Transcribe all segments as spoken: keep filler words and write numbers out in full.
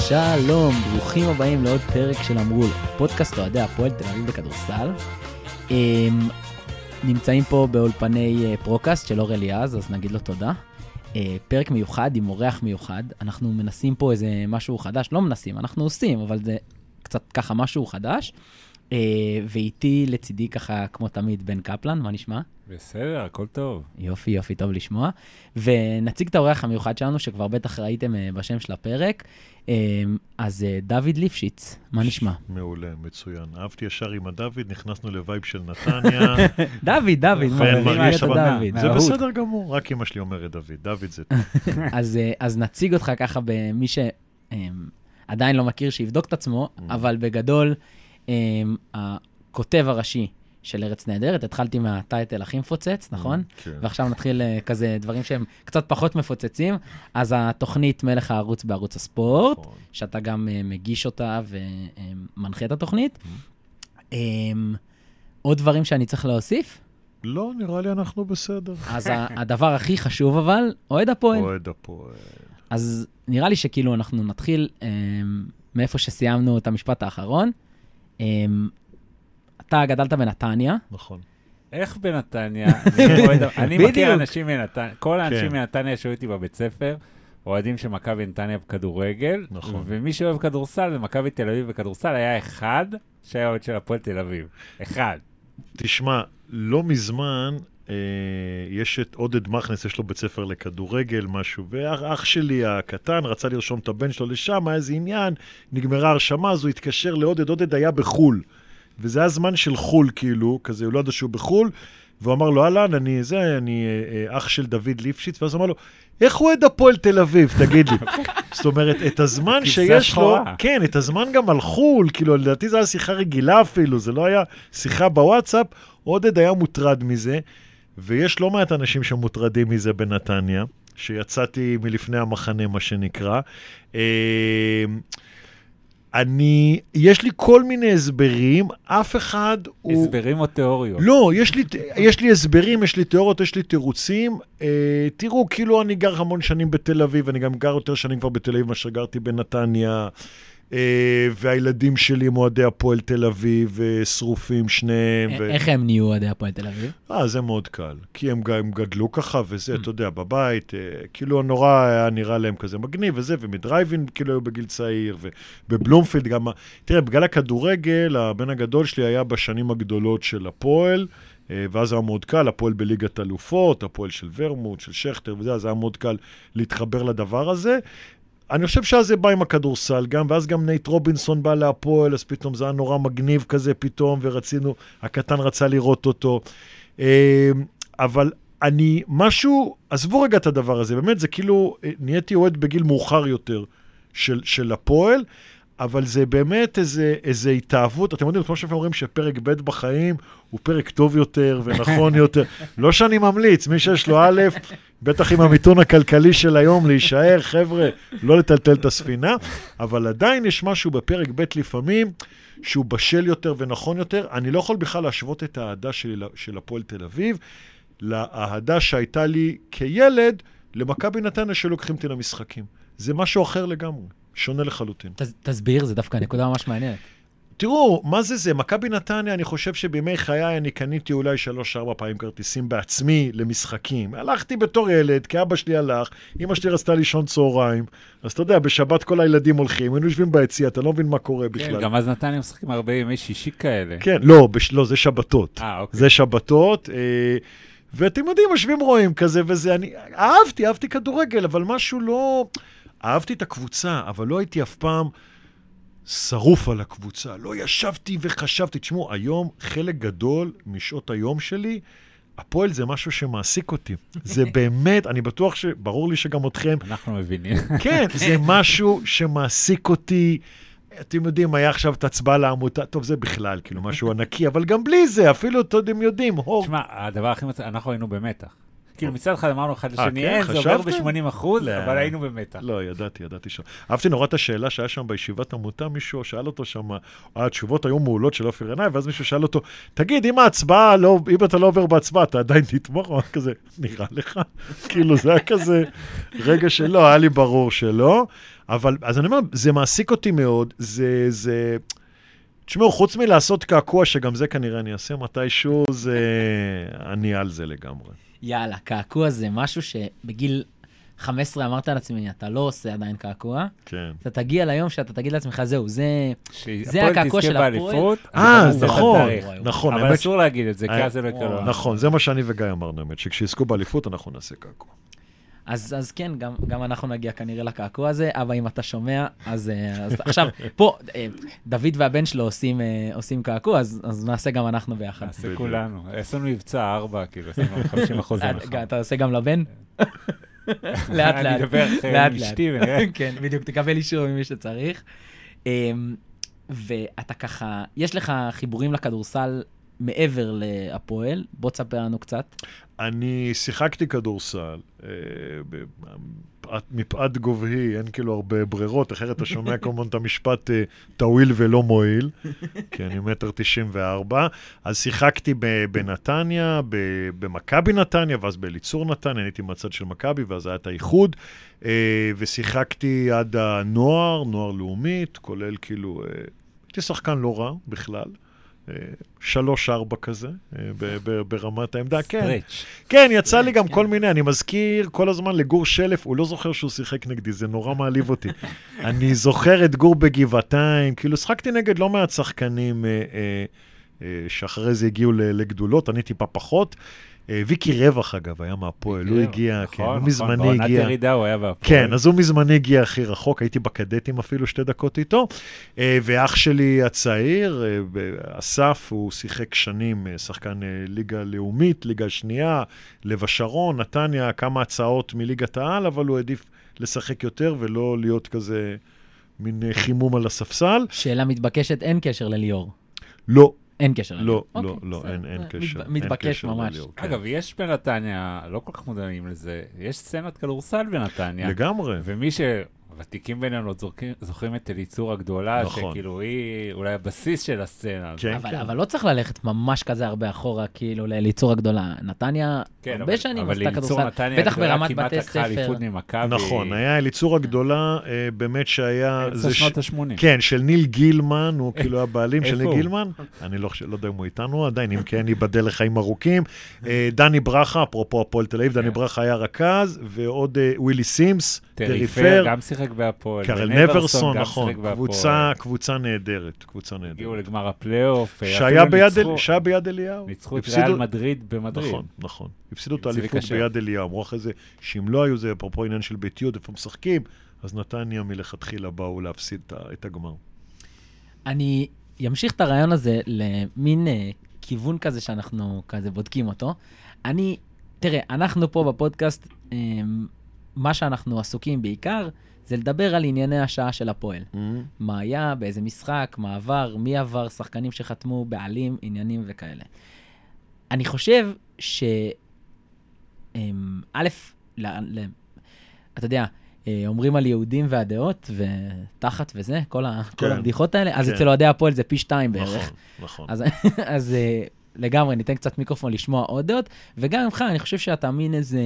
שלום, ברוכים הבאים לעוד פרק של אמרו לו, פודקאסט אוהדי הפועל תל אביב בכדורסל. נמצאים פה באולפני פרוקאסט של אור אליעז, אז נגיד לו תודה. פרק מיוחד עם אורח מיוחד, אנחנו מנסים פה איזה משהו חדש, לא מנסים, אנחנו עושים, אבל זה קצת ככה משהו חדש. ואיתי לצידי ככה, כמו תמיד, בן קפלן, מה נשמע? בסדר, הכל טוב. יופי, יופי, טוב לשמוע. ונציג את האורח המיוחד שלנו, שכבר בטח ראיתם בשם של הפרק. אז דוד ליפשיץ, מה נשמע? מעולה, מצוין. אהבתי ישר עם הדוד, נכנסנו לווייב של נתניה. דוד, דוד, מה אתה דוד? זה בסדר גמור, רק אמא שלי אומרת דוד, דוד זה טוב. אז נציג אותך ככה במי שעדיין לא מכיר, שיבדוק את עצמו, אבל בגדול, הכותב הראשי של ארץ נהדרת, התחלתי מהטייטל הכי מפוצץ, נכון? כן. ועכשיו נתחיל כזה דברים שהם קצת פחות מפוצצים, אז התוכנית מלך הערוץ בערוץ הספורט, נכון. שאתה גם מגיש אותה ומנחה את התוכנית. עוד דברים שאני צריך להוסיף? לא, נראה לי אנחנו בסדר. אז הדבר הכי חשוב אבל, אוהד הפועל. אוהד הפועל. אז נראה לי שכאילו אנחנו נתחיל מאיפה שסיימנו את המשפט האחרון. אתה גדלת בנתניה. נכון. איך בנתניה? אני מכיר אנשים מנתניה, כל האנשים מנתניה שהיו איתי בבית ספר, אוהדים של מכבי נתניה בכדורגל, ומי שאוהב כדורסל, זה מכבי תל אביב בכדורסל, היה אחד שהיה אוהד של הפועל תל אביב. אחד. תשמע, לא מזמן, יש את עודד מכנס, יש לו בית ספר לכדורגל, משהו, ואח שלי הקטן רצה לרשום את הבן שלו לשם, היה איזה עניין, נגמרה הרשמה, אז הוא התקשר לעודד, עודד היה בחול. וזה היה זמן של חול, כאילו, כזה, הוא לא יודע שהוא בחול, והוא אמר לו, אהלן, אני זה, אני אח של דוד ליפשיץ, ואז הוא אמר לו, איך הוא עד הפועל תל אביב, תגיד לי. זאת אומרת, את הזמן שיש לו, כן, את הזמן גם על חול, כאילו, לדעתי זה היה שיחה רגילה אפילו, זה לא היה שיחה בוואטסאפ, עודד היה מוטרד מזה, ויש לא מעט אנשים שמוטרדים מזה בנתניה, שיצאתי מלפני המחנה, מה שנקרא. אני, יש לי כל מיני הסברים, אף אחד הוא... הסברים או תיאוריות? לא, יש לי, יש לי הסברים, יש לי תיאוריות, יש לי תירוצים. אה, תראו, כאילו אני גר המון שנים בתל אביב, אני גם גר יותר שנים כבר בתל אביב, מה שגרתי בנתניה, אה, והילדים שלי הם אוהדי הפועל תל אביב, שרופים שניהם. ו... איך הם נהיו אוהדי הפועל תל אביב? אה, זה מאוד קל, כי הם, הם גדלו ככה, וזה, אתה יודע, בבית, אה, כאילו נורא היה נראה להם כזה מגניב, וזה, ומדרייבין כאילו היו בגיל צעיר, ובבלומפילד גם, תראה, בגלל הכדורגל, הבן הגדול שלי היה בשנים הגדולות של הפועל, אה, ואז היה מאוד קל, הפועל בליגת אלופות, הפועל של ורמוט, של שכטר, וזה, אז היה מאוד קל להתחבר לדבר הזה, אני חושב שאז זה בא עם הכדורסל גם, ואז גם נייט רובינסון בא להפועל, אז פתאום זה היה נורא מגניב כזה פתאום, ורצינו, הקטן רצה לראות אותו. אבל אני, משהו, עזבו רגע את הדבר הזה, באמת זה כאילו, נהייתי אוהד בגיל מאוחר יותר של, של הפועל, אבל זה באמת איזה, איזה התאהבות, אתם יודעים, כמו שאתם אומרים שפרק ב' בחיים הוא פרק טוב יותר ונכון יותר, לא שאני ממליץ, מי שיש לו א', בטח עם המיתון הכלכלי של היום להישאר, חבר'ה, לא לטלטל את הספינה, אבל עדיין יש משהו בפרק ב' לפעמים, שהוא בשל יותר ונכון יותר, אני לא יכול בכלל להשוות את האהדה שלי של הפועל תל אביב, לאהדה שהייתה לי כילד, למכבי נתניה שלוקחים אותי למשחקים. זה משהו אחר לגמרי. שונה לחלוטין. תסביר, זה דווקא נקודה ממש מעניינת. תראו, מה זה זה? מכבי נתניה, אני חושב שבימי חיי אני קניתי אולי שלוש, ארבע פעמים כרטיסים בעצמי למשחקים. הלכתי בתור ילד, כי אבא שלי הלך, אמא שלי רצתה לישון צהריים, אז אתה יודע, בשבת כל הילדים הולכים, היינו יושבים ביציע, אתה לא מבין מה קורה בכלל. כן, גם אז נתניה משחקים הרבה ימי שישי כאלה. כן, לא, בש... לא, זה שבתות. אה, אוקיי. זה שבתות, אה... ואתם יודעים, יושבים רואים כזה וזה, אני אהבתי, אהבתי כדורגל, אבל משהו לא... אהבתי את הקבוצה, אבל לא הייתי אף פעם שרוף על הקבוצה. לא ישבתי וחשבתי. תשמעו, היום חלק גדול משעות היום שלי, הפועל זה משהו שמעסיק אותי. זה באמת, אני בטוח ש... ברור לי שגם אתכם... אנחנו מבינים. כן, זה משהו שמעסיק אותי. אתם יודעים, היה עכשיו את הצבעה לעמותה, טוב, זה בכלל, כאילו, משהו ענקי, אבל גם בלי זה, אפילו, אתם יודעים, הור. תשמע, הדבר הכי מצא, אנחנו היינו במתח. כאילו מצד אחד אמרנו אחד לשני, אין, זה עובר ב-שמונים אחוז, אבל היינו במתח. לא, ידעתי, ידעתי שם. אהבתי נורא את השאלה שהיה שם בישיבת עמותה, מישהו שאל אותו שם, התשובות היו מעולות של אופיר עיניי, ואז מישהו שאל אותו, תגיד, אם ההצבעה, אם אתה לא עובר בהצבעה, אתה עדיין תתמוך, או כזה, נראה לך? כאילו, זה היה כזה רגע שלא, היה לי ברור שלא, אבל, אז אני אומר, זה מעסיק אותי מאוד, זה, זה, תשמעו, חוץ מלעשות קעקוע, שגם זה כנראה אני אעשה מתישהו, זה, אני על זה לגמרי. יאללה, קעקוע זה משהו שבגיל חמש עשרה אמרת לעצמי, אתה לא עושה עדיין קעקוע, כן. אתה תגיע ליום שאתה תגיד לעצמך, זהו, זה, זה הקעקוע של הפועל. אה, נכון, נכון. אבל אסור להגיד את זה, כי אז זה לא קרה. נכון, זה מה שאני וגיא אמרנו, האמת, שכשיזכו באליפות אנחנו נעשה קעקוע. אז, אז כן, גם, גם אנחנו נגיע כנראה לקעקוע הזה, אבל אם אתה שומע, אז, אז עכשיו, פה, דוד והבן שלו עושים, עושים קעקוע, אז, אז נעשה גם אנחנו ביחד. נעשה כולנו. יש לנו מבצע ארבע, כאילו, עשינו חמישים אחוז הנחה. אתה עושה גם לבן? לאט לאט. אני אדבר עם אשתי ונראה. כן, בדיוק, תקבל אישור ממי שצריך. ואתה ככה, יש לך חיבורים לכדורסל מעבר להפועל, בוא תספר לנו קצת. אני שיחקתי כדורסל, מפאת גובהי, אין כאילו הרבה ברירות, אחרת אתה שומע כמובן את המשפט תאוויל ולא מועיל, כי אני מטר תשעים וארבע, אז שיחקתי בנתניה, במכבי נתניה, ואז באליצור נתניה, הייתי מהצד של מכבי, ואז היה את האיחוד, ושיחקתי עד הנוער, נוער לאומית, כולל כאילו, הייתי שחקן לא רע בכלל, שלוש ארבע כזה, ברמת העמדה, כן. כן, יצא לי גם כל מיני, אני מזכיר כל הזמן לגור שלף, הוא לא זוכר שהוא שיחק נגדי, זה נורא מעליב אותי. אני זוכר את גור בגבעתיים, כאילו שחקתי נגד לא מעט שחקנים שאחרי זה הגיעו לגדולות, אני טיפה פחות. ויקי רווח, אגב, היה מהפועל, הוא הגיע, כן, הוא מזמני הגיע. בעונת ירידה הוא היה בהפועל. כן, אז הוא מזמני הגיע הכי רחוק, הייתי בקדטים אפילו שתי דקות איתו, ואח שלי הצעיר, אסף, הוא שיחק שנים, שחקן ליגה לאומית, ליגה שנייה, לב השרון, נתניה, כמה הצעות מליגת העל, אבל הוא העדיף לשחק יותר ולא להיות כזה מין חימום על הספסל. שאלה מתבקשת, אין קשר לליאור. לא. אין קשר. לא, לא, לא, אין קשר. מתבקש ממש. אגב, יש בנתניה, לא כל כך מודעים לזה, יש סצנת כדורסל בנתניה. לגמרי. ומי שוותיקים בינינו זוכרים את אליצור הגדולה, שכאילו היא אולי הבסיס של הסצנה. אבל לא צריך ללכת ממש כזה הרבה אחורה, כאילו, לאליצור הגדולה. נתניה, הרבה שנים עשתה כדורסל, בטח ברמת בתי ספר. נכון, היה אליצור הגדולה, באמת שהיה... אמצע שנות ה-שמונים. כן, של ניל גילמן, הוא כאילו הבעלים של ניל גילמן. אני לא יודע אם הוא איתנו עדיין, אם כן, ייבדל לחיים ארוכים. דני ברכה, אפרופו הפועל תל אביב, דני ברכה היה רכז, ועוד ווילי סימס, טריפר, גם שיחק בהפועל. קרל נברסון, נכון, קבוצה נהדרת, קבוצה נהדרת. הגיעו לגמר הפלייאוף. שהיה ביד אליהו. ניצחו את ריאל מדריד במדריד. נכון, נכון. הפסידו את האליפות ביד אליהו. אמרו אחרי זה, שאם לא היו זה, אפרופו עניין של ביתיות, איפה משחקים, אז נתניה מלכתחילה באו להפסיד את הגמר. אני ימשיך את הרעיון הזה למין כיוון כזה שאנחנו כזה בודקים אותו. אני, תראה, אנחנו פה בפודקאסט, מה שאנחנו עסוקים בעיקר, זה לדבר על ענייני השעה של הפועל. Mm-hmm. מה היה, באיזה משחק, מה עבר, מי עבר, שחקנים שחתמו, בעלים, עניינים וכאלה. אני חושב ש... א', ל... ל... אתה יודע, אומרים על יהודים והדעות, ותחת וזה, כל, ה... כן. כל הבדיחות האלה, אז כן. אצל אוהדי הפועל זה פי שתיים בערך. נכון, נכון. אז, אז לגמרי, ניתן קצת מיקרופון לשמוע עוד דעות, וגם ממך, אני חושב שאתה מין איזה...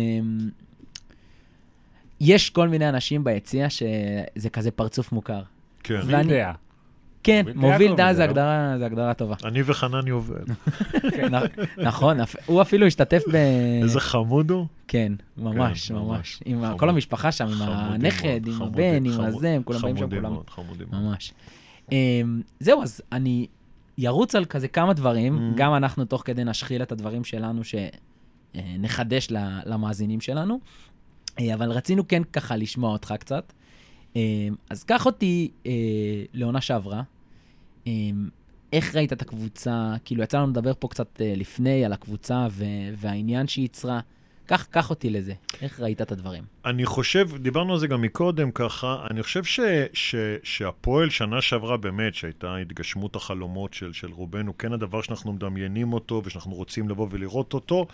יש כל מיני אנשים ביציע שזה כזה פרצוף מוכר. כן. מוביל דעה. כן, מוביל דעה זה הגדרה טובה. אני וחנן יובל. נכון, הוא אפילו השתתף ב... איזה חמוד הוא. כן, ממש, ממש. עם כל המשפחה שם, עם הנכד, עם הבן, עם הזה, הם כולם באים שם כולם. חמודים. ממש. זהו, אז אני ירוץ על כזה כמה דברים, גם אנחנו תוך כדי נשחיל את הדברים שלנו שנחדש למאזינים שלנו. אבל רצינו כן ככה לשמוע אותך קצת. אז קח אותי לעונה שעברה. איך ראית את הקבוצה? כאילו, יצא לנו לדבר פה קצת לפני על הקבוצה והעניין שהיא יצרה. קח, קח אותי לזה. איך ראית את הדברים? אני חושב, דיברנו על זה גם מקודם ככה, אני חושב ש, ש, שהפועל שנה שעברה באמת, שהייתה התגשמות החלומות של, של רובנו, כן הדבר שאנחנו מדמיינים אותו, ושאנחנו רוצים לבוא ולראות אותו,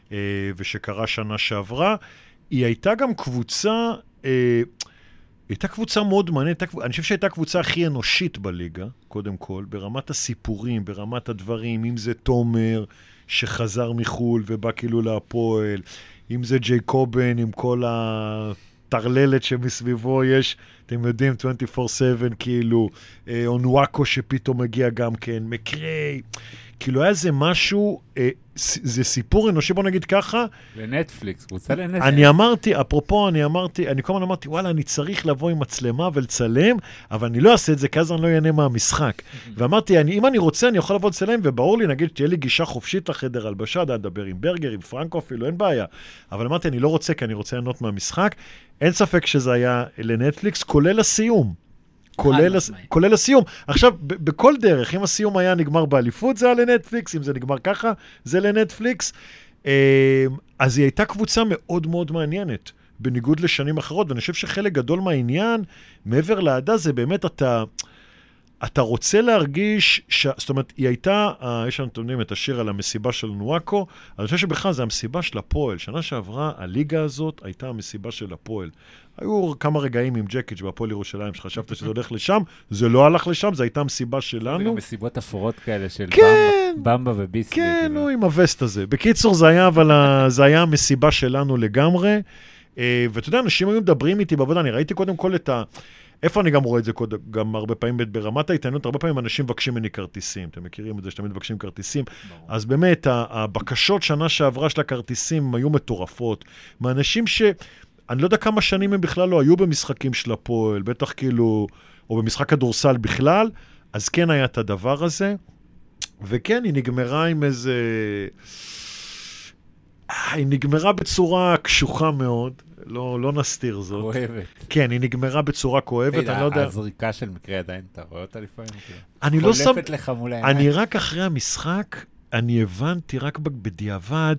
ושקרה שנה שעברה, היא הייתה גם קבוצה, היא הייתה קבוצה מאוד מעניינת, אני חושב שהייתה קבוצה הכי אנושית בליגה, קודם כל, ברמת הסיפורים, ברמת הדברים, אם זה תומר, שחזר מחול ובא כאילו להפועל, אם זה ג'ייקובן עם כל הטרללת שמסביבו יש, אתם יודעים, עשרים וארבע שבע כאילו, אונוואקו שפתאום מגיע גם כן, מקרי, כאילו היה זה משהו, אה, זה סיפור אנושי, בוא נגיד ככה. לנטפליקס, קבוצה לנטפליקס. אני אמרתי, אפרופו, אני אמרתי, אני כל הזמן אמרתי, וואלה, אני צריך לבוא עם מצלמה ולצלם, אבל אני לא אעשה את זה, כי אז אני לא יענה מהמשחק. ואמרתי, אני, אם אני רוצה, אני יכול לבוא לצלם, וברור לי, נגיד, תהיה לי גישה חופשית לחדר הלבשה, לדבר עם ברגר, עם פרנקו אפילו, אין בעיה. אבל אמרתי, אני לא רוצה, כי אני רוצה לענות מהמשחק. אין ספק שזה היה לנטפליקס, כולל הסיום. כולל, הס... כולל הסיום. עכשיו, ב- בכל דרך, אם הסיום היה נגמר באליפות, זה היה לנטפליקס, אם זה נגמר ככה, זה לנטפליקס. אז היא הייתה קבוצה מאוד מאוד מעניינת, בניגוד לשנים אחרות, ואני חושב שחלק גדול מהעניין, מעבר לעדה, זה באמת אתה, אתה רוצה להרגיש, ש... זאת אומרת, היא הייתה, יש לנו תמידים את השיר על המסיבה של נואקו, אני חושב שבכלל זה המסיבה של הפועל. שנה שעברה, הליגה הזאת הייתה המסיבה של הפועל. היו כמה רגעים עם ג'קיץ' בהפועל ירושלים, שחשבת שזה הולך לשם, זה לא הלך לשם, זו הייתה המסיבה שלנו. זה גם מסיבות אפורות כאלה של כן, במבה וביסלי. כן, נו, עם הווסט הזה. בקיצור, זה היה, אבל זה היה המסיבה שלנו לגמרי, ואתה יודע, אנשים היו מדברים איתי בעבודה, אני ראיתי קודם כל את ה... איפה אני גם רואה את זה קודם, גם הרבה פעמים ברמת ההתעניינות, הרבה פעמים אנשים מבקשים ממני כרטיסים, אתם מכירים את זה שתמיד מבקשים כרטיסים, אז באמת, הבקשות שנה שעברה של הכרטיסים היו מטורפות, מאנשים ש... אני לא יודע כמה שנים הם בכלל לא היו במשחקים של הפועל, בטח כאילו, או במשחק כדורסל בכלל, אז כן היה את הדבר הזה, וכן, היא נגמרה עם איזה... היא נגמרה בצורה קשוחה מאוד, לא, לא נסתיר זאת. כואבת. כן, היא נגמרה בצורה כואבת, אני לא יודע... הזריקה של מקרה עדיין, אתה רואה אותה לפעמים? אני לא שם... חולפת לך מול העיניים. אני רק אחרי המשחק, אני הבנתי רק בדיעבד,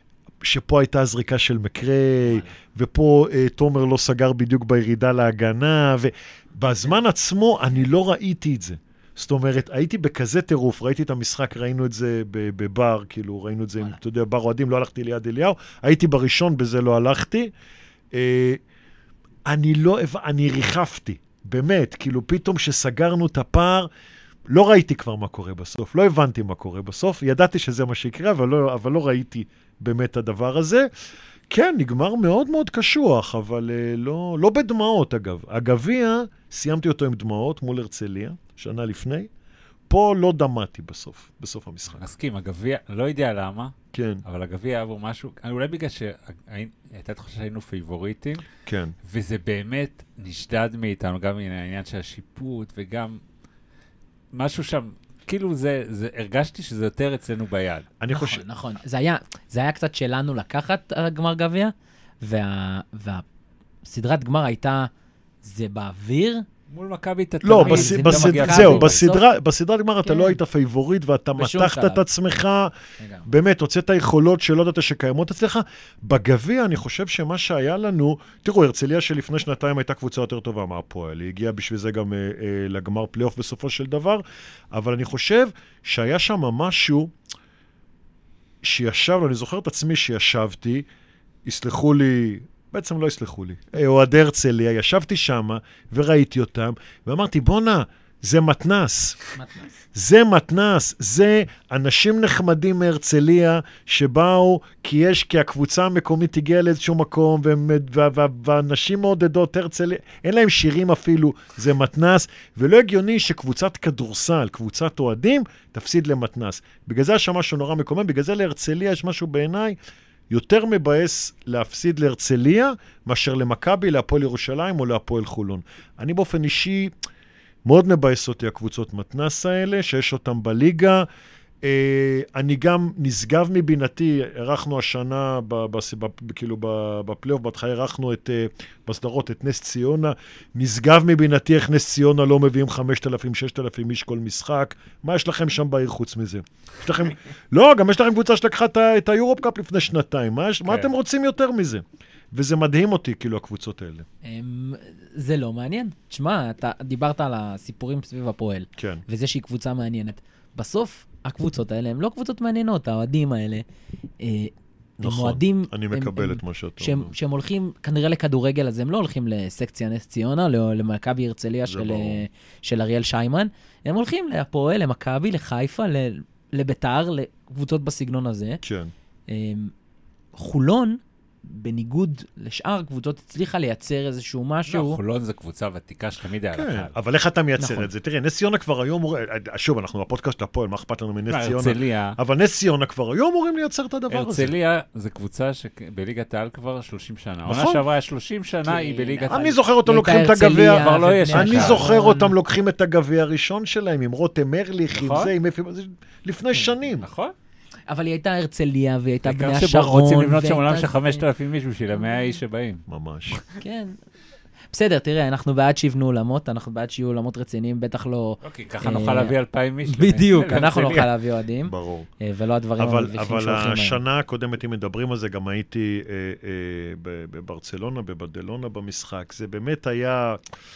שפה הייתה זריקה של מקרי, ופה אה, תומר לא סגר בדיוק בירידה להגנה, ובזמן עצמו אני לא ראיתי את זה. זאת אומרת, הייתי בכזה טירוף, ראיתי את המשחק, ראינו את זה בבר, כאילו ראינו את זה, עם, אתה יודע, בר אוהדים, לא הלכתי ליד אליהו, הייתי בראשון, בזה לא הלכתי. אה, אני לא, אני ריחפתי, באמת, כאילו פתאום שסגרנו את הפער, לא ראיתי כבר מה קורה בסוף, לא הבנתי מה קורה בסוף, ידעתי שזה מה שיקרה, אבל לא, אבל לא ראיתי באמת הדבר הזה. כן, נגמר מאוד מאוד קשוח, אבל uh, לא, לא בדמעות אגב. הגביע, סיימתי אותו עם דמעות מול הרצליה, שנה לפני, פה לא דמעתי בסוף, בסוף המשחק. מסכים, הגביע, לא יודע למה, כן. אבל הגביע היה בו משהו, אולי בגלל שהייתה תחושה שהיינו פייבוריטים, כן. וזה באמת נשדד מאיתנו, גם מהעניין של השיפוט, וגם משהו שם, כאילו זה, זה, הרגשתי שזה יותר אצלנו ביד. אני נכון, חושב... נכון. זה היה, זה היה קצת שלנו לקחת הגמר גביע, וה, והסדרת גמר הייתה, זה באוויר, מול מכבי תתמיד. לא, בס... בסד... זהו, בסדרה, בסדרת גמר אתה לא היית פייבוריט, ואתה מתחת את עצמך, באמת, הוצאת היכולות שלא יודעת שקיימות אצלך. בגביע, אני חושב שמה שהיה לנו, תראו, הרצליה שלפני שנתיים הייתה קבוצה יותר טובה מהפועל, היא הגיעה בשביל זה גם אה, אה, לגמר פלייאוף בסופו של דבר, אבל אני חושב שהיה שם משהו שישב, אני זוכר את עצמי שישבתי, יסלחו לי... בעצם לא יסלחו לי. אוהדי הרצליה, ישבתי שם וראיתי אותם, ואמרתי, בונה, זה מתנס. מתנס. זה מתנס. זה אנשים נחמדים מהרצליה, שבאו כי יש, כי הקבוצה המקומית הגיעה לאיזשהו מקום, ואנשים מעודדות הרצליה, אין להם שירים אפילו, זה מתנס, ולא הגיוני שקבוצת כדורסל, קבוצת אוהדים, תפסיד למתנס. בגלל זה יש משהו נורא מקומם, בגלל זה להרצליה יש משהו בעיניי, יותר מבאס להפסיד להרצליה, מאשר למכבי, להפועל ירושלים או להפועל חולון. אני באופן אישי מאוד מבאס אותי הקבוצות מתנס האלה, שיש אותם בליגה. אני גם נשגב מבינתי, ערכנו השנה, כאילו בפלייאוף, בהתחלה ערכנו בסדרות את נס ציונה, נשגב מבינתי איך נס ציונה לא מביאים חמשת אלפים, ששת אלפים איש כל משחק. מה יש לכם שם בעיר חוץ מזה? יש לכם, לא, גם יש לכם קבוצה שלקחה את היורופ קאפ לפני שנתיים. מה אתם רוצים יותר מזה? וזה מדהים אותי, כאילו, הקבוצות האלה. זה לא מעניין. תשמע, אתה דיברת על הסיפורים סביב הפועל. כן. וזה שהיא קבוצה מעניינת. בסוף, הקבוצות האלה הן לא קבוצות מעניינות, האוהדים האלה. נכון, אני מקבל את מה שאתה אומר. שהם הולכים כנראה לכדורגל, אז הם לא הולכים לסקציה נס ציונה, למכבי הרצליה של אריאל שיימן. הם הולכים להפועל, למכבי, לחיפה, לביתר, לקבוצות בסגנון הזה. כן. חולון, בניגוד לשאר קבוצות, הצליחה לייצר איזשהו משהו. לא, חולון זה קבוצה ותיקה שתמיד היה לקהל. אבל איך אתה מייצר את זה? תראה, נס ציונה כבר היום, שוב, אנחנו בפודקאסט הפועל, מה אכפת לנו מנס ציונה? אבל נס ציונה כבר היום אמורים לייצר את הדבר הזה. הרצליה זה קבוצה שבליגת העל כבר שלושים שנה. עונה שעברה שלושים שנה היא בליגת העל. אני זוכר אותם לוקחים את הגביע, אני זוכר אותם לוקחים את הגביע הראשון שלהם, עם רותם ארליך, עם זה, לפני שנים. נכון. אבל היא הייתה הרצליה, והיא הייתה בני השרון. רוצים לבנות שם עולם של חמשת אלפים מישהו בשביל המאה איש שבאים. ממש. כן. בסדר, תראה, אנחנו בעד שיבנו עולמות, אנחנו בעד שיהיו עולמות רציניים, בטח לא... אוקיי, ככה נוכל להביא אלפיים איש. בדיוק, אנחנו נוכל להביא אוהדים. ברור. ולא הדברים המביכים שהולכים אבל השנה הקודמת, אם מדברים על זה, גם הייתי בברצלונה, בבדלונה במשחק. זה באמת היה...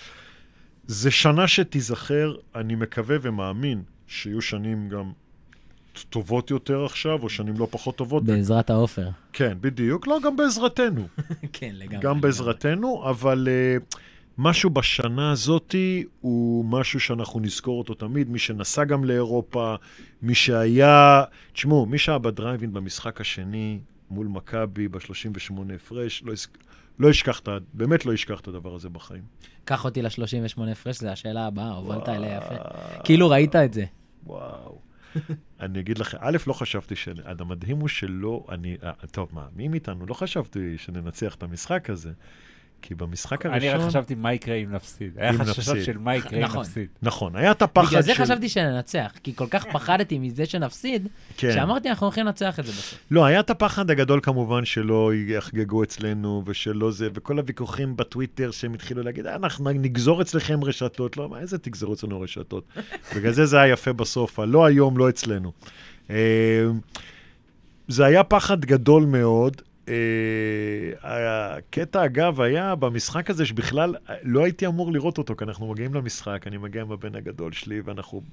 זה שנה שתיזכר, אני מקווה ומאמין, שיהיו שנים גם... טובות יותר עכשיו, או שנים לא פחות טובות. בעזרת האופר. כן, בדיוק. לא, גם בעזרתנו. כן, לגמרי. גם בעזרתנו, אבל uh, משהו בשנה הזאת הוא משהו שאנחנו נזכור אותו תמיד. מי שנסע גם לאירופה, מי שהיה... תשמעו, מי שהיה בדרייבין במשחק השני, מול מכבי ב-שלושים ושמונה הפרש, לא, לא ישכח, באמת לא ישכח את הדבר הזה בחיים. קח אותי ל-שלושים ושמונה הפרש, זו השאלה הבאה, הובלת אליה יפה. כאילו ראית את זה. וואו. אני אגיד לכם, א', לא חשבתי ש... המדהים הוא שלא, אני... טוב, מה, מי מאיתנו? לא חשבתי שננצח את המשחק הזה, כי במשחק הראשון... אני רק חשבתי מה יקרה אם נפסיד. היה חששות של מה יקרה אם נפסיד. נכון, היה את הפחד של... בגלל זה חשבתי שננצח, כי כל כך פחדתי מזה שנפסיד, שאמרתי, אנחנו הולכים לנצח את זה בסוף. לא, היה את הפחד הגדול כמובן שלא יחגגו אצלנו, ושלא זה, וכל הוויכוחים בטוויטר שהם התחילו להגיד, אנחנו נגזור אצלכם רשתות. לא, מה, איזה תגזרו אצלנו רשתות? בגלל זה זה היה יפה בסוף, לא היום, לא אצלנו. זה היה פחד גדול מאוד. הקטע אגב היה במשחק הזה שבכלל לא הייתי אמור לראות אותו, כי אנחנו מגיעים למשחק, אני מגיע עם הבן הגדול שלי ואנחנו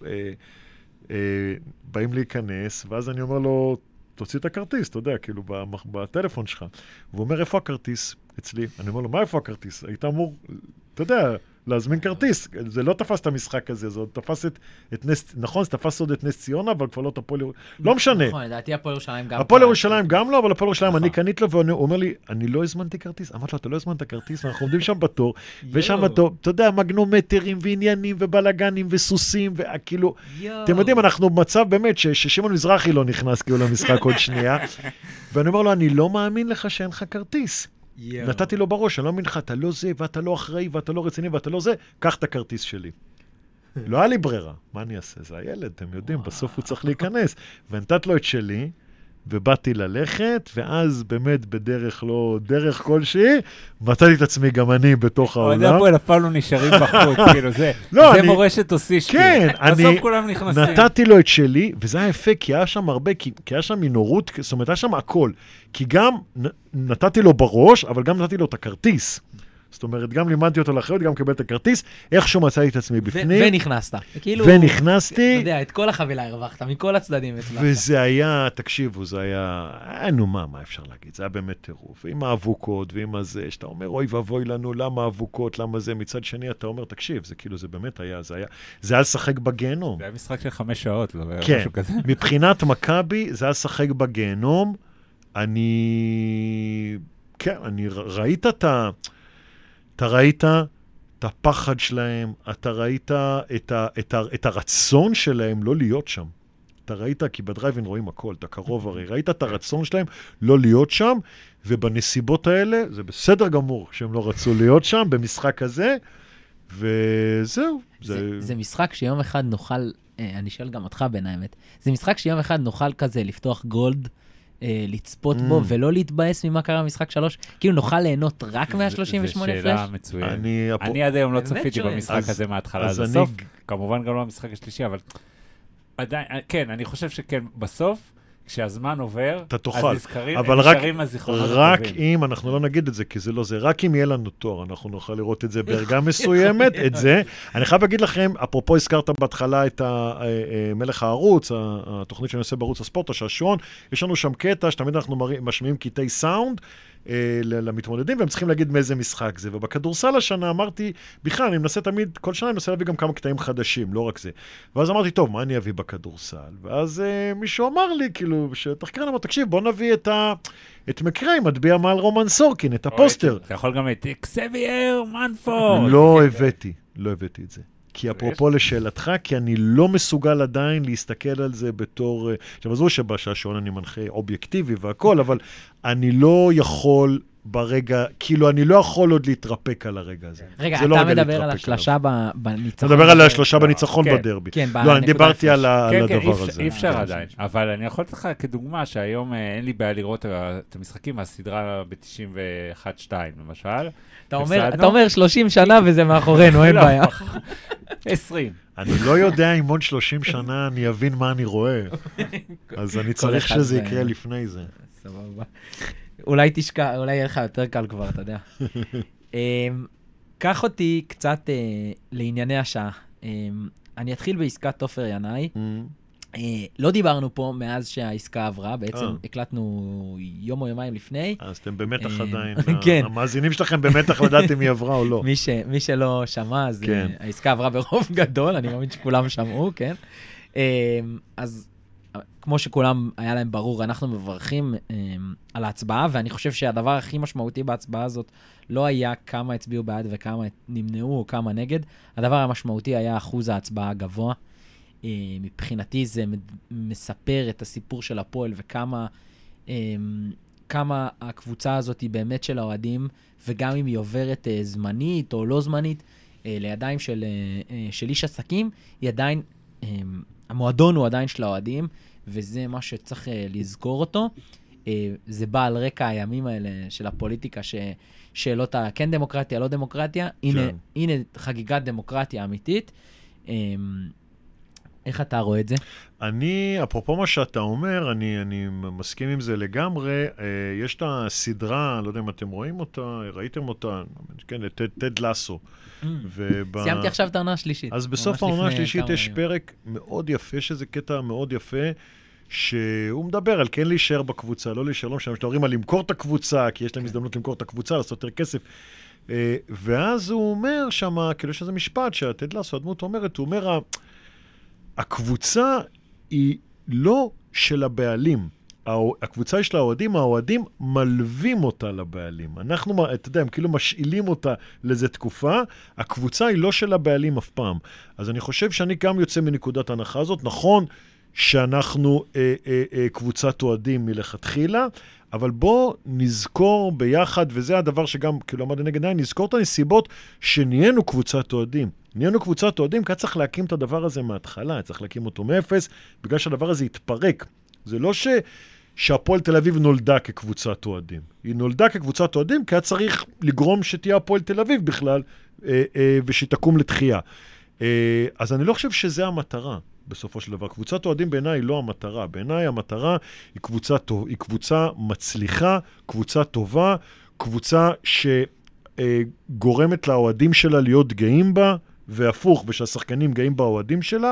באים להיכנס, ואז אני אומר לו, תוציא את הכרטיס, אתה יודע, כאילו בטלפון שלך. והוא אומר, איפה הכרטיס? אצלי. אני אומר לו, מה איפה הכרטיס? היית אמור, אתה יודע, להזמין כרטיס. זה לא תפס את המשחק הזה, זה תפס את, את נס, נכון, זה תפס עוד את נס ציונה, אבל כבר לא את הפועל ירושלים. לא משנה. נכון, לדעתי הפועל ירושלים גם. הפועל ירושלים גם לא, אבל הפועל ירושלים, אני קנית לו, והוא אומר לי, אני לא הזמנתי כרטיס. אמרתי לו, אתה לא הזמנת כרטיס, ואנחנו עומדים שם בתור, ושם בתור, אתה יודע, מגנומטרים ועניינים ובלגנים וסוסים, וכאילו, אתם יודעים, אנחנו במצב באמת ששמעון מזרחי לא נכנס כאילו למשחק עוד שנייה, ואני אומר לו, אני לא מאמין לך שאין לך כרטיס. נתתי לו בראש, אני לא מאמין לך, אתה לא זה, ואתה לא אחראי, ואתה לא רציני, ואתה לא זה, קח את הכרטיס שלי. לא היה לי ברירה. מה אני אעשה? זה הילד, אתם יודעים, בסוף הוא צריך להיכנס. ונתת לו את שלי, ובאתי ללכת, ואז באמת בדרך לא, דרך כלשהי, מצאתי את עצמי גם אני בתוך העולם. עוד הפועל אפילו נשארים בחוץ, כאילו זה, זה מורשת אוסישקי. כן, אני נתתי לו את שלי, וזה היה יפה, כי היה שם הרבה, כי היה שם מינורות, זאת אומרת, היה שם הכל. כי גם נתתי לו בראש, אבל גם נתתי לו את הכרטיס. זאת אומרת, גם לימדתי אותו לאחריות, גם קיבל את הכרטיס, איכשהו מצאתי את עצמי בפנים. ונכנסת. ונכנסתי. אתה יודע, את כל החבילה הרווחת, מכל הצדדים הצלחת. וזה היה, תקשיבו, זה היה, נו מה, מה אפשר להגיד? זה היה באמת טירוף. עם האבוקות ועם הזה, שאתה אומר, אוי ואבוי לנו, למה האבוקות, למה זה? מצד שני, אתה אומר, תקשיב, זה כאילו, זה באמת היה, זה היה, זה היה לשחק בגיהנום. זה היה משחק של חמש שעות, לא? כן, מבחינת מכבי, זה היה לשחק בגיהנום. אני, כן, אני ראית את ה... אתה ראית את הפחד שלהם, אתה ראית את, ה, את, ה, את הרצון שלהם לא להיות שם. אתה ראית, כי בדרייבין רואים הכל, אתה קרוב הרי, ראית את הרצון שלהם לא להיות שם, ובנסיבות האלה זה בסדר גמור שהם לא רצו להיות שם במשחק הזה, וזהו. זה, זה... זה משחק שיום אחד נוכל אני שואל גם אותך בין האמת, זה משחק שיום אחד נוכל כזה לפתוח גולד, לצפות בו, ולא להתבאס ממה קרה במשחק שלוש, כאילו נוכל ליהנות רק מה-שלושים ושמונה הפרש? זו שאלה מצוינת. אני עד היום לא צפיתי במשחק הזה מההתחלה עד הסוף, כמובן גם לא המשחק השלישי, אבל עדיין, כן, אני חושב שכן, בסוף, כשהזמן עובר, אתה תוכל. אז נזכרים, הם נשארים מהזיכרונות הטובים. רק אם, אנחנו לא נגיד את זה, כי זה לא זה, רק אם יהיה לנו תור, אנחנו נוכל לראות את זה בערגה מסוימת, את זה. אני חייב להגיד לכם, אפרופו הזכרת בהתחלה את מלך הערוץ, התוכנית שאני עושה בערוץ הספורט, השעשועון, יש לנו שם קטע שתמיד אנחנו משמיעים קטעי סאונד, למתמודדים, והם צריכים להגיד מאיזה משחק זה. ובכדורסל השנה אמרתי, בכלל, אני מנסה תמיד, כל שנה אני מנסה להביא גם כמה קטעים חדשים, לא רק זה. ואז אמרתי, טוב, מה אני אביא בכדורסל? ואז אה, מישהו אמר לי, כאילו, שתחקרן אמר, תקשיב, בוא נביא את ה... את מקראי, מטביע מעל רומן סורקין, את הפוסטר. אתה יכול גם את אקסבייר מנפורד. לא הבאתי, לא הבאתי את זה. כי אפרופו לשאלתך, כי אני לא מסוגל עדיין להסתכל על זה בתור... עכשיו, עזבו שבשעשועון אני מנחה אובייקטיבי והכל, אבל אני לא יכול ברגע, כאילו, אני לא יכול עוד להתרפק על הרגע הזה. רגע, אתה מדבר על השלושה בניצחון. אתה מדבר על השלושה בניצחון בדרבי. לא, אני דיברתי על הדבר הזה. אי אפשר עדיין, אבל אני יכול לתת לך כדוגמה שהיום אין לי בעיה לראות את המשחקים מהסדרה ב-תשעים ואחת שתיים, למשל. אתה אומר שלושים שנה וזה מאחורינו, אין בעיה. עשרים. אני לא יודע אם עוד שלושים שנה אני אבין מה אני רואה. אז אני צריך שזה יקרה לפני זה. סבבה. אולי תשקע, אולי יהיה לך יותר קל כבר, אתה יודע. קח אותי קצת לענייני השעה. אני אתחיל בעסקת תופר ינאי. לא דיברנו פה מאז שהעסקה עברה, בעצם הקלטנו יום או יומיים לפני. אז אתם במתח עדיין. המאזינים שלכם במתח לדעת אם היא עברה או לא. מי שלא שמע, אז העסקה עברה ברוב גדול, אני מאמין שכולם שמעו, כן? אז כמו שכולם היה להם ברור, אנחנו מברכים על ההצבעה, ואני חושב שהדבר הכי משמעותי בהצבעה הזאת לא היה כמה הצביעו בעד וכמה נמנעו או כמה נגד, הדבר המשמעותי היה אחוז ההצבעה הגבוה. מבחינתי זה מספר את הסיפור של הפועל וכמה כמה הקבוצה הזאת היא באמת של האוהדים, וגם אם היא עוברת זמנית או לא זמנית, לידיים של, של איש עסקים, היא עדיין, המועדון הוא עדיין של האוהדים, וזה מה שצריך לזכור אותו. זה בא על רקע הימים האלה של הפוליטיקה, ששאלות הכן דמוקרטיה, לא דמוקרטיה, הנה, הנה חגיגת דמוקרטיה אמיתית. איך אתה רואה את זה? אני, אפרופו מה שאתה אומר, אני, אני מסכים עם זה לגמרי. יש את הסדרה, לא יודע אם אתם רואים אותה, ראיתם אותה, כן, טד, טד לסו. ובא... סיימתי עכשיו את העונה השלישית. אז בסוף העונה השלישית יש פרק מאוד יפה, יש איזה קטע מאוד יפה, שהוא מדבר על כן להישאר בקבוצה, לא להישאר, לא משנה, שמדברים על למכור את הקבוצה, כי יש להם הזדמנות למכור את הקבוצה, לעשות יותר כסף. ואז הוא אומר שמה, כאילו יש איזה משפט שהטד לסו, הדמות אומרת, הוא אומר, הקבוצה היא לא של הבעלים. הקבוצה יש לה אוהדים, האוהדים מלווים אותה לבעלים. אנחנו, אתה יודע, הם כאילו משאילים אותה לאיזו תקופה, הקבוצה היא לא של הבעלים אף פעם. אז אני חושב שאני גם יוצא מנקודת ההנחה הזאת. נכון שאנחנו אה, אה, אה, קבוצת אוהדים מלכתחילה, אבל בוא נזכור ביחד, וזה הדבר שגם, כאילו עמד לנגד עיניי, נזכור את הנסיבות שנהיינו קבוצת אוהדים. נהיינו קבוצת אוהדים, כי צריך להקים את הדבר הזה מההתחלה, צריך להקים אותו מאפס, בגלל שהדבר הזה יתפרק. זה לא ש... שהפועל תל אביב נולדה כקבוצת אוהדים. היא נולדה כקבוצת אוהדים, כי היה צריך לגרום שתהיה הפועל תל אביב בכלל, אה, אה, ושתקום לתחייה. אה, אז אני לא חושב שזה המטרה, בסופו של דבר. קבוצת אוהדים בעיניי היא לא המטרה. בעיניי המטרה היא קבוצה, טוב, היא קבוצה מצליחה, קבוצה טובה, קבוצה שגורמת לאוהדים שלה להיות גאים בה, והפוך, ושהשחקנים גאים באוהדים שלה,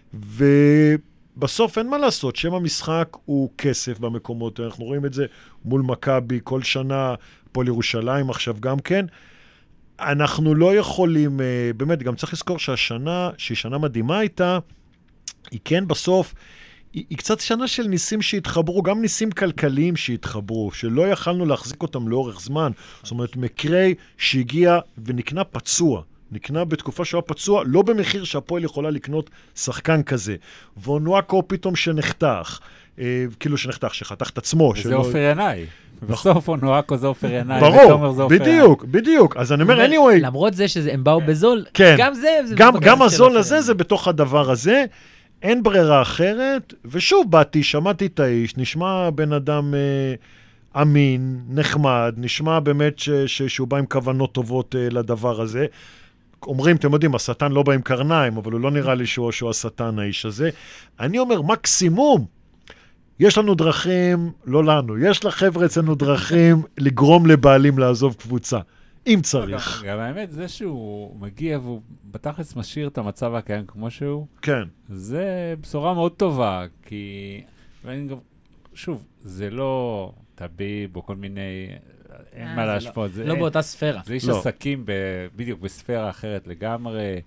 ובסוף אין מה לעשות, שם המשחק הוא כסף במקומות, אנחנו רואים את זה מול מכבי כל שנה, פועל ירושלים עכשיו גם כן, אנחנו לא יכולים, באמת, גם צריך לזכור שהשנה, שהיא שנה מדהימה הייתה, היא כן בסוף, היא, היא קצת שנה של ניסים שהתחברו, גם ניסים כלכליים שהתחברו, שלא יכלנו להחזיק אותם לאורך זמן, זאת אומרת, מקרי שהגיע ונקנה פצוע, נקנה בתקופה שהוא פצוע, לא במחיר שהפועל יכולה לקנות שחקן כזה. ואונואקו פתאום שנחתך, אה, כאילו שנחתך, שחתך את עצמו. וזה אופר ינאי. בסוף אונואקו זה אופר ינאי. ברור, בדיוק, בדיוק. אז אני אומר, anyway. למרות זה שהם באו בזול, כן, גם זה. גם, גם הזול הזה זה בתוך הדבר הזה. אין ברירה אחרת, ושוב באתי, שמעתי את האיש, נשמע בן אדם אה, אמין, נחמד, נשמע באמת ש, ש, שהוא בא עם כוונות טובות אה, לדבר הזה. אומרים, אתם יודעים, השטן לא בא עם קרניים, אבל הוא לא נראה לי שהוא, שהוא השטן, האיש הזה. אני אומר, מקסימום, יש לנו דרכים, לא לנו, יש לחבר'ה אצלנו דרכים לגרום לבעלים לעזוב קבוצה, אם צריך. גם, גם האמת, זה שהוא מגיע והוא בתכלס משאיר את המצב הקיים כמו שהוא, כן. זה בשורה מאוד טובה, כי, גם, שוב, זה לא טביב או כל מיני, אין מה להשוות. לא באותה ספירה. זה איש עסקים בדיוק בספירה אחרת לגמרי,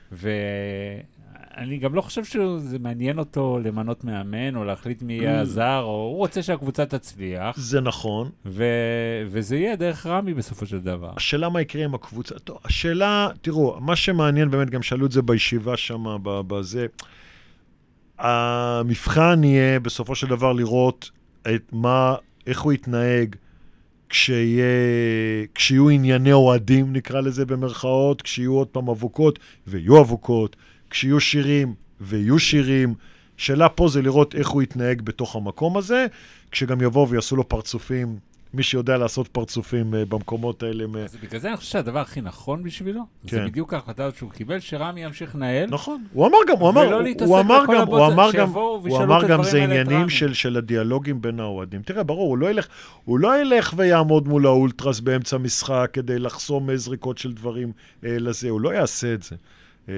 ואני גם לא חושב שזה מעניין אותו למנות מאמן, או להחליט מי יהיה הזר, או הוא רוצה שהקבוצה תצליח. זה נכון. וזה יהיה דרך רמי בסופו של דבר. השאלה מה יקרה עם הקבוצה. טוב, השאלה, תראו, מה שמעניין באמת, גם שאלו את זה בישיבה שם, בזה, המבחן יהיה בסופו של דבר לראות את מה, איך הוא יתנהג, כשיהיה, כשיהיו ענייני אוהדים, נקרא לזה במרכאות, כשיהיו עוד פעם אבוקות ויהיו אבוקות, כשיהיו שירים ויהיו שירים. שאלה פה זה לראות איך הוא יתנהג בתוך המקום הזה, כשגם יבואו ויעשו לו פרצופים, מי שיודע לעשות פרצופים במקומות האלה. אז בגלל זה אני חושב שהדבר הכי נכון בשבילו, כן. זה בדיוק ההחלטה שהוא קיבל, שרמי ימשיך לנהל. נכון, הוא אמר גם, הוא אמר, הוא אמר גם, הוא אמר גם, הוא אמר גם זה עניינים של, של הדיאלוגים בין האוהדים. תראה, ברור, הוא לא ילך, הוא לא ילך ויעמוד מול האולטרס באמצע משחק כדי לחסום זריקות של דברים אה, לזה, הוא לא יעשה את זה. אה,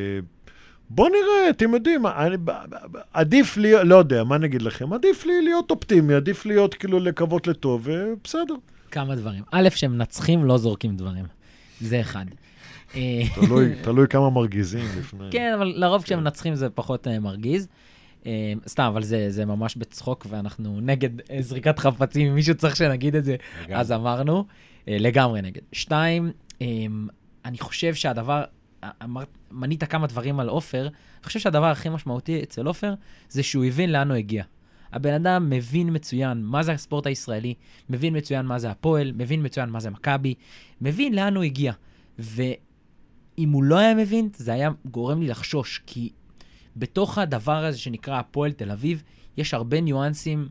בוא נראה, אתם יודעים, אני, עדיף לי, לא יודע, מה נגיד לכם? עדיף לי להיות אופטימי, עדיף להיות כאילו לקוות לטוב, ובסדר. כמה דברים. א', שהם מנצחים, לא זורקים דברים. זה אחד. תלוי, תלוי כמה מרגיזים לפני. כן, אבל לרוב כשהם מנצחים זה פחות מרגיז. סתם, אבל זה, זה ממש בצחוק, ואנחנו נגד זריקת חפצים, אם מישהו צריך שנגיד את זה, אז אמרנו, לגמרי נגד. שתיים, אני חושב שהדבר, מנית כמה דברים על אופר, אני חושב שהדבר הכי משמעותי אצל אופר, זה שהוא הבין לאן הוא הגיע. הבן אדם מבין מצוין מה זה הספורט הישראלי, מבין מצוין מה זה הפועל, מבין מצוין מה זה מכבי, מבין לאן הוא הגיע. ואם הוא לא היה מבין, זה היה גורם לי לחשוש, כי בתוך הדבר הזה שנקרא הפועל תל אביב, יש הרבה ניואנסים,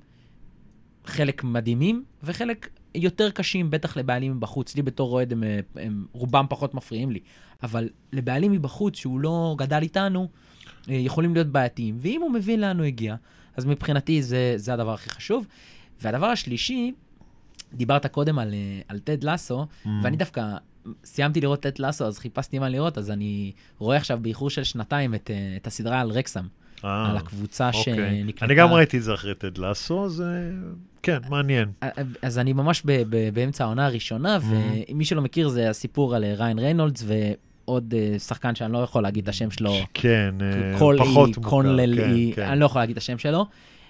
חלק מדהימים, וחלק יותר קשים, בטח לבעלים מבחוץ. לי בתור רועד, הם, הם רובם פחות מפריעים לי. אבל לבעלים מבחוץ, שהוא לא גדל איתנו, יכולים להיות בעייתיים. ואם הוא מבין לאן הוא הגיע, אז מבחינתי זה, זה הדבר הכי חשוב. והדבר השלישי, דיברת קודם על, על טד לסו, mm. ואני דווקא סיימתי לראות טד לסו, אז חיפשתי מה לראות, אז אני רואה עכשיו באיחור של שנתיים את, את הסדרה על רקסם. על הקבוצה שנקראת... אני גם ראיתי את זה אחרי טד לסו, אז כן, מעניין. אז אני ממש באמצע העונה הראשונה, ומי שלא מכיר זה הסיפור על ריין ריינולדס, ועוד שחקן שאני לא יכול להגיד את השם שלו. כן, פחות מוכר. אני לא יכול להגיד את השם שלו.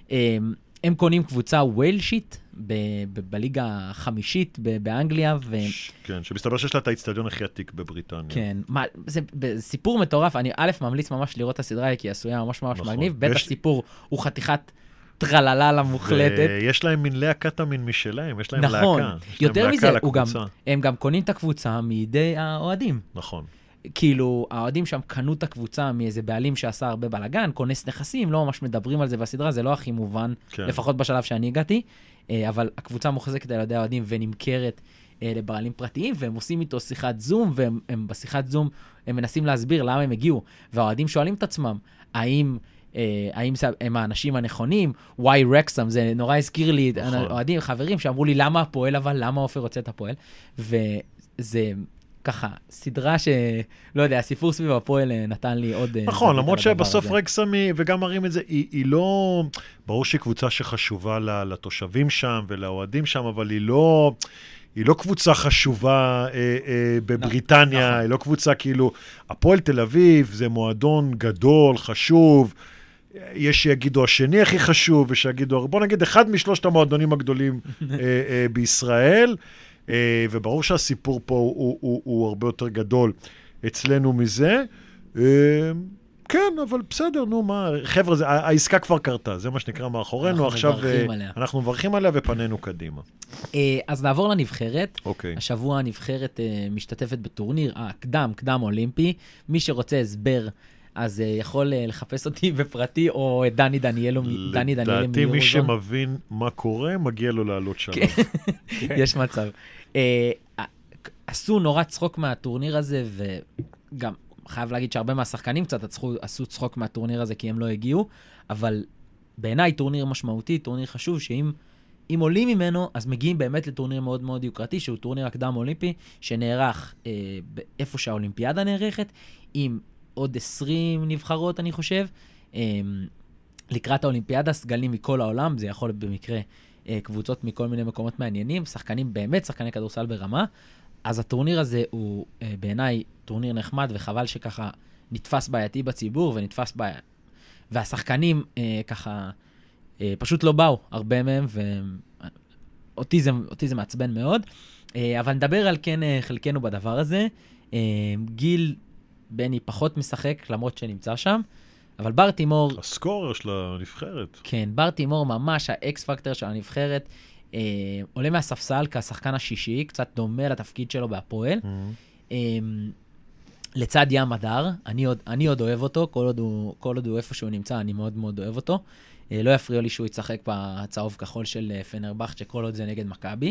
הם קונים קבוצה ווילשית, בליגה החמישית באנגליה. כן, שמסתבר שיש לה את האצטדיון הכי עתיק בבריטניה. כן, זה סיפור מטורף. אני א' ממליץ ממש לראות את הסדרה, כי עשויה ממש ממש מגניב. בית הסיפור הוא חתיכת טרללה למוחלטת. ויש להם מין להקת המין משלהם, יש להם להקה. נכון, יותר מזה, הם גם קונים את הקבוצה מידי האוהדים. נכון. כאילו, האוהדים שם קנו את הקבוצה מאיזה בעלים שעשה הרבה בלגן, כונס נכסים, לא ממש מדברים על זה בסדרה, זה לא הכי מובן, כן. לפחות בשלב שאני הגעתי, אבל הקבוצה מוחזקת על ידי האוהדים ונמכרת לבעלים פרטיים, והם עושים איתו שיחת זום, והם הם בשיחת זום, הם מנסים להסביר למה הם הגיעו, והאוהדים שואלים את עצמם, האם, האם הם האנשים הנכונים, why רקסם, זה נורא הזכיר לי, נכון. אוהדים, חברים שאמרו לי, למה הפועל, אבל למה אופר רוצה את הפועל, וזה... ככה, סדרה ש... לא יודע, הסיפור סביב הפועל נתן לי עוד... נכון, למרות שבסוף רקסם, וגם מראים את זה, היא, היא לא... ברור שהיא קבוצה שחשובה לתושבים שם ולאוהדים שם, אבל היא לא... היא לא קבוצה חשובה אה, אה, בבריטניה, נכון. היא לא קבוצה כאילו... הפועל תל אביב זה מועדון גדול, חשוב, יש שיגידו השני הכי חשוב, ושיגידו... בוא נגיד, אחד משלושת המועדונים הגדולים אה, אה, בישראל, Uh, וברור שהסיפור פה הוא, הוא, הוא, הוא הרבה יותר גדול אצלנו מזה. Uh, כן, אבל בסדר, נו מה, חבר'ה, זה, העסקה כבר קרתה, זה מה שנקרא מאחורינו, אנחנו עכשיו מברכים עליה. אנחנו מברכים עליה ופנינו קדימה. Uh, אז נעבור לנבחרת. אוקיי. Okay. השבוע הנבחרת uh, משתתפת בטורניר הקדם, קדם אולימפי. מי שרוצה הסבר אז יכול לחפש אותי בפרטי, או את דני דניאלו, דני דניאלו לדעתי מי שמבין מה קורה, מגיע לו לעלות שלב. יש מצב. עשו נורא צחוק מהטורניר הזה, וגם חייב להגיד שהרבה מהשחקנים קצת עשו צחוק מהטורניר הזה, כי הם לא הגיעו, אבל בעיניי טורניר משמעותי, טורניר חשוב, שאם אם עולים ממנו, אז מגיעים באמת לטורניר מאוד מאוד יוקרתי, שהוא טורניר הקדם אולימפי, שנערך אה, באיפה שהאולימפיאדה נערכת, עם עוד עשרים נבחרות, אני חושב, אה, לקראת האולימפיאדה, סגלים מכל העולם, זה יכול במקרה אה, קבוצות מכל מיני מקומות מעניינים, שחקנים באמת, שחקני כדורסל ברמה, אז הטורניר הזה הוא אה, בעיניי טורניר נחמד, וחבל שככה נתפס בעייתי בציבור, ונתפס בעייתי, והשחקנים אה, ככה, פשוט לא באו, הרבה מהם, ואותי זה, אותי זה מעצבן מאוד. אבל נדבר על כן חלקנו בדבר הזה. גיל בני פחות משחק, למרות שנמצא שם, אבל בר תימור... הסקורר של הנבחרת. כן, בר תימור ממש האקס פקטור של הנבחרת, עולה מהספסל כשחקן השישי, קצת דומה לתפקיד שלו בהפועל. Mm-hmm. לצד ים הדר, אני עוד, אני עוד אוהב אותו, כל עוד הוא, כל עוד הוא איפה שהוא נמצא, אני מאוד מאוד אוהב אותו. לא יפריע לי שהוא יצחק בצהוב כחול של פנרבכט, שכל עוד זה נגד מכבי.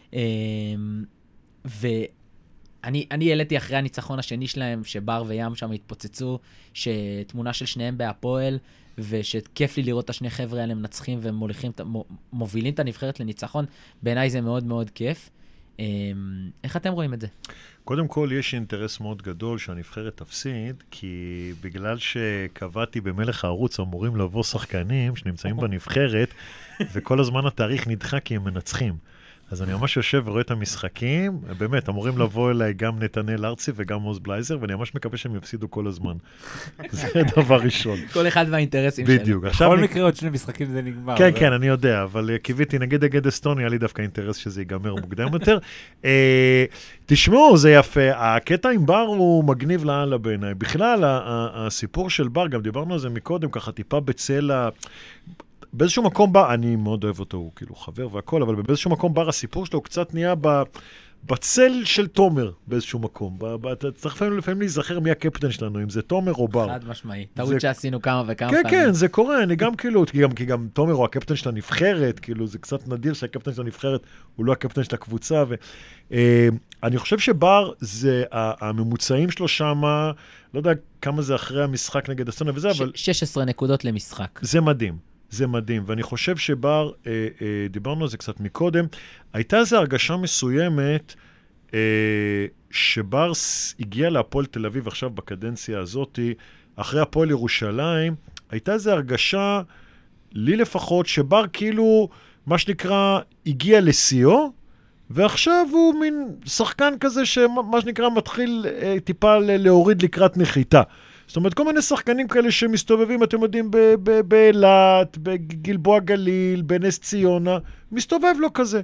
ואני אני העליתי אחרי הניצחון השני שלהם, שבר וים שם התפוצצו, שתמונה של שניהם בהפועל, ושכיף לי לראות את השני חבר'ה האלה מנצחים ומובילים את הנבחרת לניצחון. בעיניי זה מאוד מאוד כיף. איך אתם רואים את זה? קודם כל, יש אינטרס מאוד גדול שהנבחרת תפסיד, כי בגלל שקבעתי במלך הערוץ אמורים לבוא שחקנים שנמצאים בנבחרת, וכל הזמן התאריך נדחה כי הם מנצחים. אז אני ממש יושב ורואה את המשחקים, באמת, אמורים לבוא אליי גם נתנאל ארצי וגם עוז בלייזר, ואני ממש מקווה שהם יפסידו כל הזמן. זה דבר ראשון. כל אחד והאינטרסים שלו. בדיוק. בכל מקרה עוד שני משחקים זה נגמר. כן, כן, אני יודע, אבל קיוויתי, נגיד נגד אסטוניה, היה לי דווקא אינטרס שזה ייגמר מוקדם יותר. תשמעו, זה יפה. הקטע עם בר הוא מגניב לאללה בעיניי. בכלל, הסיפור של בר, גם דיברנו על זה מקודם, ככה טיפה בצל ה... באיזשהו מקום בר, אני מאוד אוהב אותו, הוא כאילו חבר והכל, אבל באיזשהו מקום בר, הסיפור שלו הוא קצת נהיה ב, בצל של תומר, באיזשהו מקום. ב, ב, אתה צריך לפעמים, לפעמים להיזכר מי הקפטן שלנו, אם זה תומר או בר. חד משמעי. טעות זה... שעשינו כמה וכמה כן, פעמים. כן, זה קורה, אני גם כאילו, כי גם, כי גם תומר הוא הקפטן של הנבחרת, כאילו זה קצת נדיר שהקפטן של הנבחרת הוא לא הקפטן של הקבוצה, ואני חושב שבר זה, הממוצעים שלו שם, לא יודע כמה זה אחרי המשחק נגד אסטוניה וזה, אבל... שש עשרה נקודות למשחק. זה מדהים. זה מדהים, ואני חושב שבר, אה, אה, דיברנו על זה קצת מקודם, הייתה איזו הרגשה מסוימת אה, שבר הגיע להפועל תל אביב עכשיו בקדנציה הזאת, אחרי הפועל ירושלים, הייתה איזו הרגשה, לי לפחות, שבר כאילו, מה שנקרא, הגיע לסיו, ועכשיו הוא מין שחקן כזה שמה שנקרא מתחיל אה, טיפה להוריד לקראת נחיתה. זאת אומרת, כל מיני שחקנים כאלה שמסתובבים, אתם יודעים, באילת, בגלבוע גליל, בנס ציונה, מסתובב לו כזה.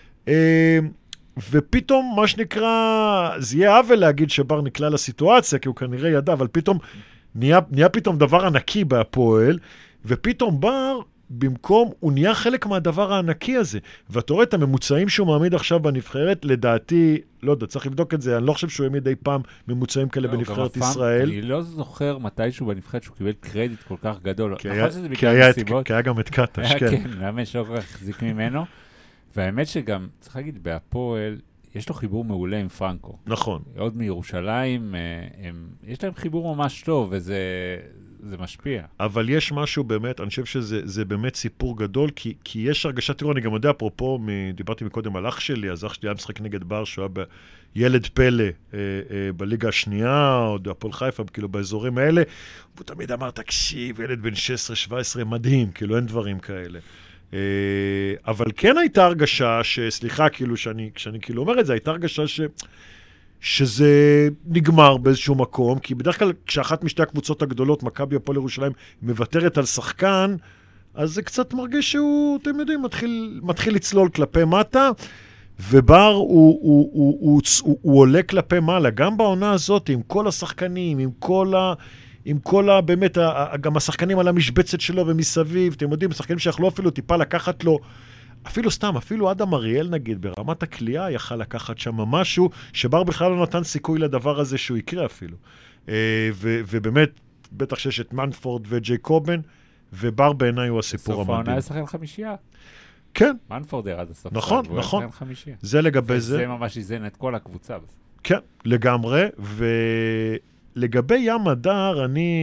ופתאום, מה שנקרא, זה יהיה עוול להגיד שבר נקלע לסיטואציה, כי הוא כנראה ידע, אבל פתאום, נהיה, נהיה פתאום דבר ענקי בהפועל, ופתאום בר, במקום, הוא נהיה חלק מהדבר הענקי הזה. ואתה רואה את הממוצעים שהוא מעמיד עכשיו בנבחרת, לדעתי, לא יודע, צריך לבדוק את זה, אני לא חושב שהוא העמיד אי פעם ממוצעים כאלה לא, בנבחרת ישראל. אני לא זוכר מתישהו בנבחרת שהוא קיבל קרדיט כל כך גדול. כי היה, כי היה, את, כי היה גם את קטש, כן. כן, מאמן שלא כל כך החזיק ממנו. והאמת שגם, צריך להגיד, בהפועל, יש לו חיבור מעולה עם פרנקו. נכון. עוד מירושלים, הם, יש להם חיבור ממש טוב, וזה... זה משפיע. אבל יש משהו באמת, אני חושב שזה זה באמת סיפור גדול, כי, כי יש הרגשה, תראו, אני גם יודע, אפרופו, דיברתי מקודם על אח שלי, אז אח שלי היה משחק נגד בר, שהוא היה בילד פלא אה, אה, בליגה השנייה, או הפועל חיפה, כאילו באזורים האלה, והוא תמיד אמר, תקשיב, ילד בן שש עשרה שבע עשרה, מדהים, כאילו אין דברים כאלה. אה, אבל כן הייתה הרגשה, שסליחה, כאילו, שאני, כשאני כאילו אומר את זה, הייתה הרגשה ש... שזה נגמר באיזשהו מקום, כי בדרך כלל כשאחת משתי הקבוצות הגדולות, מכבי הפועל ירושלים, מוותרת על שחקן, אז זה קצת מרגיש שהוא, אתם יודעים, מתחיל, מתחיל לצלול כלפי מטה, ובר הוא, הוא, הוא, הוא, הוא, הוא, הוא עולה כלפי מעלה, גם בעונה הזאת, עם כל השחקנים, עם כל ה... עם כל ה... באמת, גם השחקנים על המשבצת שלו ומסביב, אתם יודעים, השחקנים שיכלו אפילו טיפה לקחת לו, אפילו סתם, אפילו אדם אריאל נגיד, ברמת הקליעה יכל לקחת שם משהו, שבר בכלל לא נתן סיכוי לדבר הזה שהוא יקרה אפילו. ו- ובאמת, בטח שיש את מנפורד וג'ייקובן, ובר בעיניי הוא הסיפור המדהים. סוף העונה לשחקן חמישייה. כן. מנפורד ירד הסוף. נכון, נכון. זה לגבי זה. וזה ממש איזן את כל הקבוצה. כן, לגמרי. ולגבי ים הדר, אני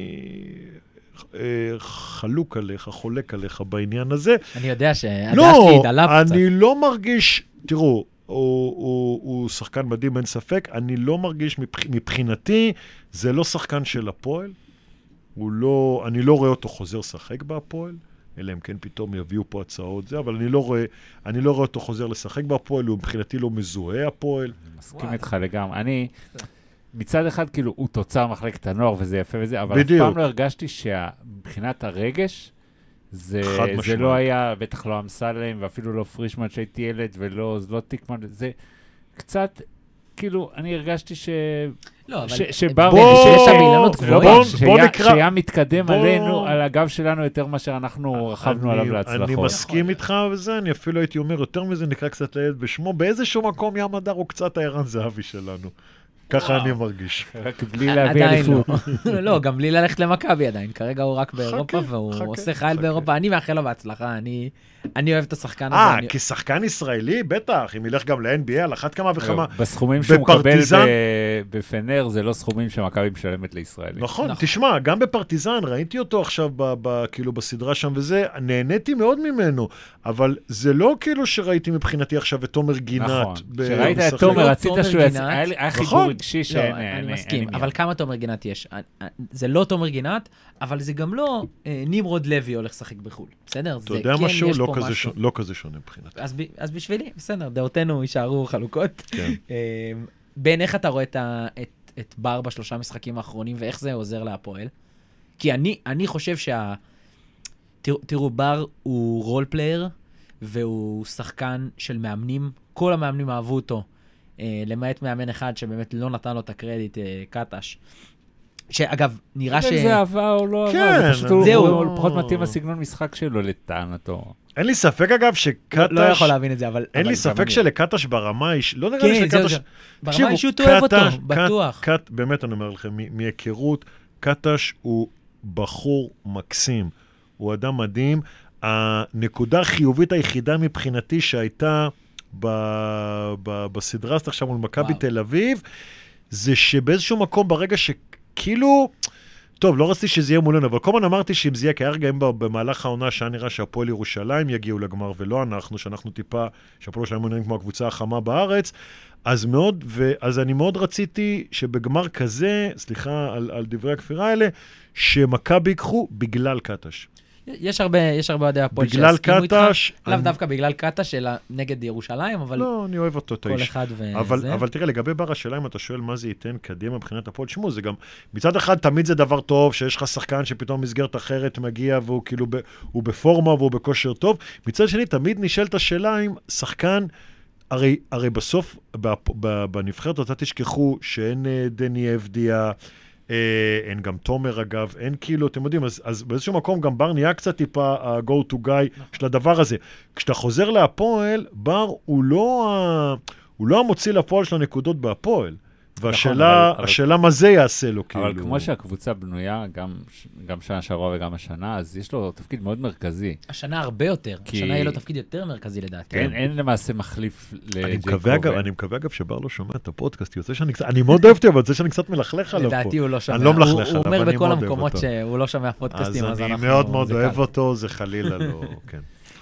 חלוק עליך, חולק עליך בעניין הזה. אני יודע שהדעה שלי התעלה קצת. לא, אני לא מרגיש, תראו, הוא, הוא, הוא שחקן מדהים, אין ספק, אני לא מרגיש מבחינתי, זה לא שחקן של הפועל, הוא לא, אני לא רואה אותו חוזר שחק בהפועל, אלא אם כן פתאום יביאו פה הצעות זה, אבל אני לא רואה, אני לא רואה אותו חוזר לשחק בהפועל, הוא מבחינתי לא מזוהה הפועל. אני מסכים איתך לגמרי. אני, מצד אחד, כאילו, הוא תוצר מחלקת הנוער וזה יפה וזה, אבל בדיוק. אף פעם לא הרגשתי שמבחינת הרגש, זה, זה לא היה, בטח לא אמסלם, ואפילו לא פרישמן שהייתי ילד, ולא זלוטיקמן, זה קצת, כאילו, אני הרגשתי ש... לא, אבל... שבר... שיש שם אילנות גבוהים. שהיה מתקדם עלינו, על הגב שלנו, יותר מאשר אנחנו רכבנו עליו להצלחות. אני מסכים איתך וזה, אני אפילו הייתי אומר, יותר מזה נקרא קצת לילד בשמו, באיזשהו מקום ים הדר הוא קצת הערן זהבי שלנו. ככה אני מרגיש. רק בלי להביא אליפות. לא, גם בלי ללכת למכבי עדיין. כרגע הוא רק באירופה, והוא עושה חייל באירופה. אני מאחל לו בהצלחה, אני אוהב את השחקן הזה. אה, כשחקן ישראלי? בטח, אם ילך גם ל-אן בי איי, על אחת כמה וכמה. בסכומים שהוא מקבל בפנר, זה לא סכומים שמכבי משלמת לישראלי. נכון, תשמע, גם בפרטיזן, ראיתי אותו עכשיו, כאילו בסדרה שם וזה, נהניתי מאוד ממנו, אבל זה לא כאילו שראיתי מבחינתי עכשיו את תומר גינת. נכון, שראית את תומר, רצית שהוא יצא, היה חיבור רגשי אני מסכים, אבל כמה תומר גינת יש? זה לא תומר גינת, אבל זה גם לא נמרוד לוי הולך לשחק בחו"ל, בסדר? אתה יודע משהו? לא כזה שונה מבחינת. אז בשבילי, בסדר, דעותינו יישארו חלוקות. בין איך אתה רואה את בר בשלושה משחקים האחרונים, ואיך זה עוזר להפועל? כי אני חושב שה... תראו, בר הוא רול פלייר, והוא שחקן של מאמנים, כל המאמנים אהבו אותו, למעט מאמן אחד שבאמת לא נתן לו את הקרדיט, קטש. שאגב, נראה ש... זה אהבה או לא אהבה, זה פשוט הוא פחות מתאים לסגנון משחק שלו לטענתו. אין לי ספק אגב שקטש... לא יכול להבין את זה, אבל... אין לי ספק שלקטש ברמה איש... לא נראה לי שקטש... ברמה אישיות אוהב אותו, בטוח. באמת אני אומר לכם, מהיכרות, קטש הוא בחור מקסים. הוא אדם מדהים. הנקודה החיובית היחידה מבחינתי שהייתה בסדרה הזאת עכשיו מול מכבי תל אביב, זה שבאיזשהו מקום ברגע שכאילו... טוב, לא רציתי שזה יהיה מולנו, אבל כל הזמן אמרתי שאם זה יהיה כהר גם במהלך העונה, שהיה נראה שהפועל ירושלים יגיעו לגמר, ולא אנחנו, שאנחנו טיפה, שהפועל ירושלים נראים כמו הקבוצה החמה בארץ, אז מאוד, ואז אני מאוד רציתי שבגמר כזה, סליחה על, על דברי הכפירה האלה, שמכבי ייקחו בגלל קטש. יש הרבה, יש הרבה עדי הפועל שהסכימו איתך, לאו דווקא בגלל קטש, אלא נגד ירושלים, אבל... לא, אני אוהב אותו, כל אחד וזה. אבל, אבל תראה, לגבי בר השאלה, אם אתה שואל מה זה ייתן קדימה מבחינת הפועל, שמו, זה גם, מצד אחד תמיד זה דבר טוב, שיש לך שחקן שפתאום מסגרת אחרת מגיע, והוא כאילו, ב, הוא בפורמה והוא בכושר טוב. מצד שני, תמיד נשאלת השאלה אם שחקן, הרי, הרי בסוף, בנבחרת אותה תשכחו שאין דני אבדיה, אין גם תומר אגב, אין כאילו, אתם יודעים, אז, אז באיזשהו מקום גם בר נהיה קצת טיפה ה-go to guy של הדבר הזה. כשאתה חוזר להפועל, בר הוא לא, הוא לא המוציא לפועל של הנקודות בהפועל. והשאלה, נכון, אבל, השאלה אבל, מה זה יעשה לו, אבל כאילו. כמו שהקבוצה בנויה, גם, גם שנה שעברה וגם השנה, אז יש לו תפקיד מאוד מרכזי. השנה הרבה יותר. כי... השנה יהיה לו תפקיד יותר מרכזי לדעתי. אין, אין למעשה מחליף לג'ייקובן. אני מקווה אגב שבר לא שומע את הפודקאסט, יוצא שאני קצת, אני מאוד אוהבתי, אבל יוצא שאני קצת מלכלך עליו פה. לדעתי הוא לא שומע. אני לא מלכלך עליו, הוא אומר בכל המקומות שהוא לא שומע פודקאסטים, אז אני מאוד מאוד אוהב אותו, זה חלילה לא, כן.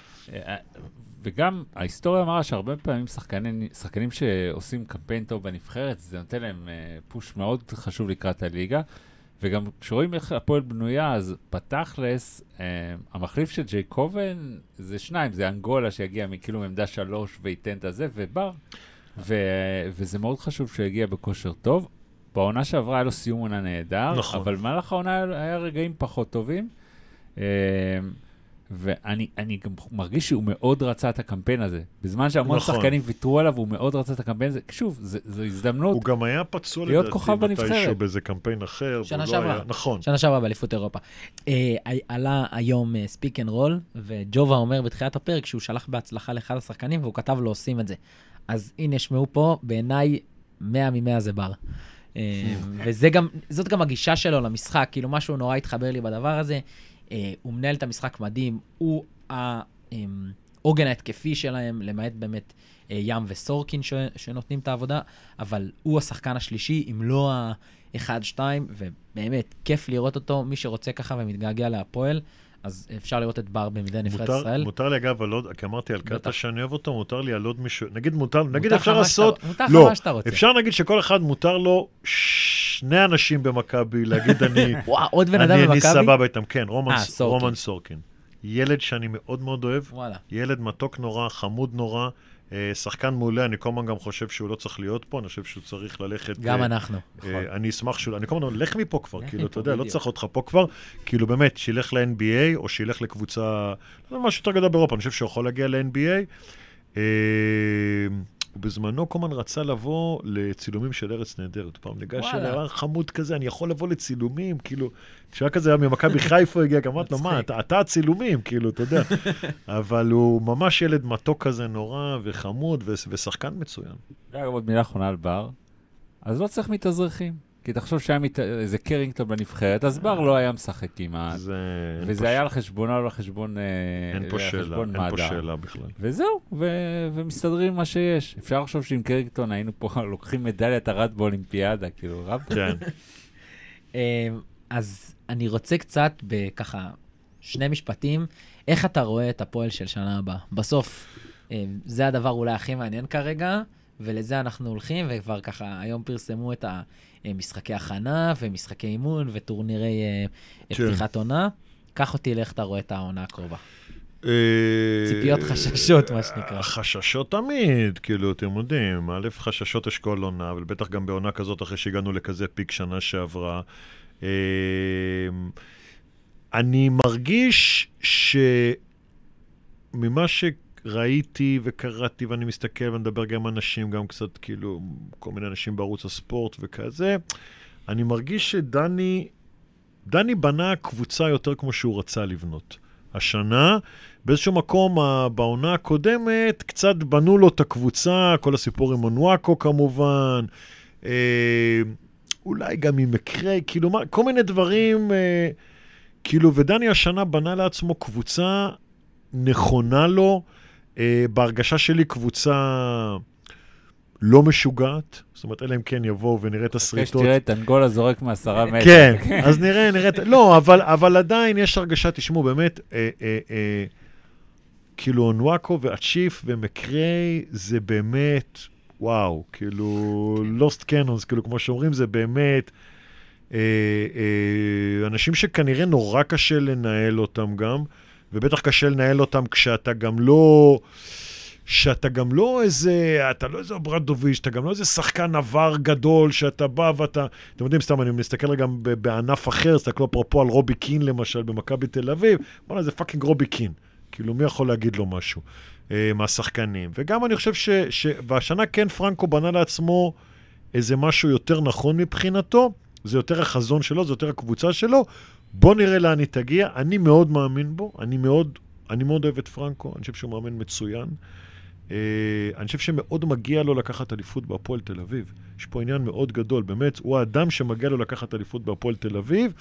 וגם ההיסטוריה אמרה שהרבה פעמים שחקנים, שחקנים שעושים קמפיין טוב בנבחרת, זה נותן להם פוש מאוד חשוב לקראת הליגה, וגם כשרואים איך הפועל בנויה, אז בתכלס, המחליף של ג'ייקובן זה שניים, זה אנגולה שיגיע מכאילו מעמדה שלוש וייתן את הזה, ובר, ו- וזה מאוד חשוב שיגיע בכושר טוב. בעונה שעברה היה לו סיום עונה נהדר, נכון. אבל במהלך העונה היה רגעים פחות טובים, ואני אני גם מרגיש שהוא מאוד רצה את הקמפיין הזה. בזמן שהמון נכון. שחקנים ויתרו עליו, הוא מאוד רצה את הקמפיין הזה. שוב, זו הזדמנות. הוא גם היה פצוע להיות כוכב בנבחרת. באיזה קמפיין אחר. שנה שעברה. היה... נכון. שנה שעברה באליפות אירופה. אה, עלה היום ספיק אנד רול, וג'ובה אומר בתחילת הפרק שהוא שלח בהצלחה לאחד השחקנים, והוא כתב לו עושים את זה. אז הנה, שמעו פה, בעיניי מאה ממאה זה בר. וזה גם, זאת גם הגישה שלו למשחק, כאילו משהו נורא התחבר לי בדבר הזה. הוא מנהל את המשחק מדהים, הוא העוגן ההתקפי שלהם, למעט באמת ים וסורקין שנותנים את העבודה, אבל הוא השחקן השלישי, אם לא ה-אחד שתיים, ובאמת, כיף לראות אותו, מי שרוצה ככה ומתגעגע להפועל, אז אפשר לראות את בר במידה נבחרת ישראל. מותר לי אגב, כי אמרתי על קטע שאני אוהב אותו, מותר לי על עוד מישהו, נגיד מותר, נגיד אפשר לעשות, לא, אפשר נגיד שכל אחד מותר לו שני אנשים במכבי, להגיד אני, עוד בן אדם במכבי? אני סבבה איתם, כן, רומן סורקין. ילד שאני מאוד מאוד אוהב, ילד מתוק נורא, חמוד נורא, שחקן מעולה, אני כל הזמן גם חושב שהוא לא צריך להיות פה, אני חושב שהוא צריך ללכת... גם אנחנו. אני אשמח שהוא... אני כל הזמן אומר, לך מפה כבר, כאילו, אתה יודע, לא צריך אותך פה כבר, כאילו באמת, שילך ל-אן בי איי, או שילך לקבוצה, לא יודע, משהו יותר גדול באירופה, אני חושב שהוא יכול להגיע ל-אן בי איי. ובזמנו קומן רצה לבוא לצילומים של ארץ נהדרת. פעם ניגש אליי, חמוד כזה, אני יכול לבוא לצילומים, כאילו, כשהיה כזה היה ממכבי חיפה הגיע, אמרת לו, מה, אתה הצילומים, כאילו, אתה יודע. אבל הוא ממש ילד מתוק כזה נורא וחמוד ושחקן מצוין. אגב, עוד מילה אחרונה על בר, אז לא צריך מתאזרחים. כי תחשוב שהיה איזה קרינגטון בנבחרת, אז בר לא היה משחק כמעט. וזה היה על חשבונה או לחשבון מדע. אין פה שאלה, אין פה שאלה בכלל. וזהו, ומסתדרים מה שיש. אפשר לחשוב שעם קרינגטון היינו פה לוקחים מדליית ארד באולימפיאדה, כאילו, רב. כן. אז אני רוצה קצת בככה שני משפטים, איך אתה רואה את הפועל של שנה הבאה? בסוף, זה הדבר אולי הכי מעניין כרגע, ולזה אנחנו הולכים, וכבר ככה היום פרסמו את המשחקי הכנה, ומשחקי אימון, וטורנירי פתיחת עונה. קח אותי לאיך אתה רואה את העונה הקרובה. ציפיות חששות, מה שנקרא. חששות תמיד, כאילו, אתם יודעים, א' חששות יש כל עונה, אבל בטח גם בעונה כזאת, אחרי שהגענו לכזה פיק שנה שעברה. אני מרגיש שממה ש... ראיתי וקראתי, ואני מסתכל ונדבר גם עם אנשים, גם קצת כאילו, כל מיני אנשים בערוץ הספורט וכזה. אני מרגיש שדני, דני בנה קבוצה יותר כמו שהוא רצה לבנות. השנה, באיזשהו מקום, בעונה הקודמת, קצת בנו לו את הקבוצה, כל הסיפור עם מונואקו כמובן, אה, אולי גם עם מקרי, כאילו, כל מיני דברים, אה, כאילו, ודני השנה בנה לעצמו קבוצה נכונה לו, Uh, בהרגשה שלי קבוצה לא משוגעת, זאת אומרת, אלא אם כן יבואו ונראה את הסריטות. שתראה את אנגולה זורק מעשרה מטר. כן, אז נראה, נראה, לא, אבל, אבל עדיין יש הרגשה, תשמעו, באמת, אה, אה, אה, כאילו אונואקו ואצ'יף ומקרי, זה באמת, וואו, כאילו, lost cannons, כאילו, כמו שאומרים, זה באמת, אה, אה, אנשים שכנראה נורא קשה לנהל אותם גם, ובטח קשה לנהל אותם כשאתה גם לא, שאתה גם לא איזה, אתה לא איזה ברדוביץ', אתה גם לא איזה שחקן עבר גדול, שאתה בא ואתה, אתם יודעים, סתם, אני מסתכל גם בענף אחר, סתכלו אפרופו על רובי קין למשל, במכבי תל אביב, בוא'נה, זה פאקינג רובי קין, כאילו, מי יכול להגיד לו משהו אה, מהשחקנים? וגם אני חושב ש, ש, והשנה כן פרנקו בנה לעצמו איזה משהו יותר נכון מבחינתו, זה יותר החזון שלו, זה יותר הקבוצה שלו, בוא נראה לאן היא תגיע, אני מאוד מאמין בו, אני מאוד, אני מאוד אוהב את פרנקו, אני חושב שהוא מאמן מצוין, uh, אני חושב שמאוד מגיע לו לקחת אליפות בהפועל תל אביב, יש פה עניין מאוד גדול, באמת, הוא האדם שמגיע לו לקחת אליפות בהפועל תל אביב,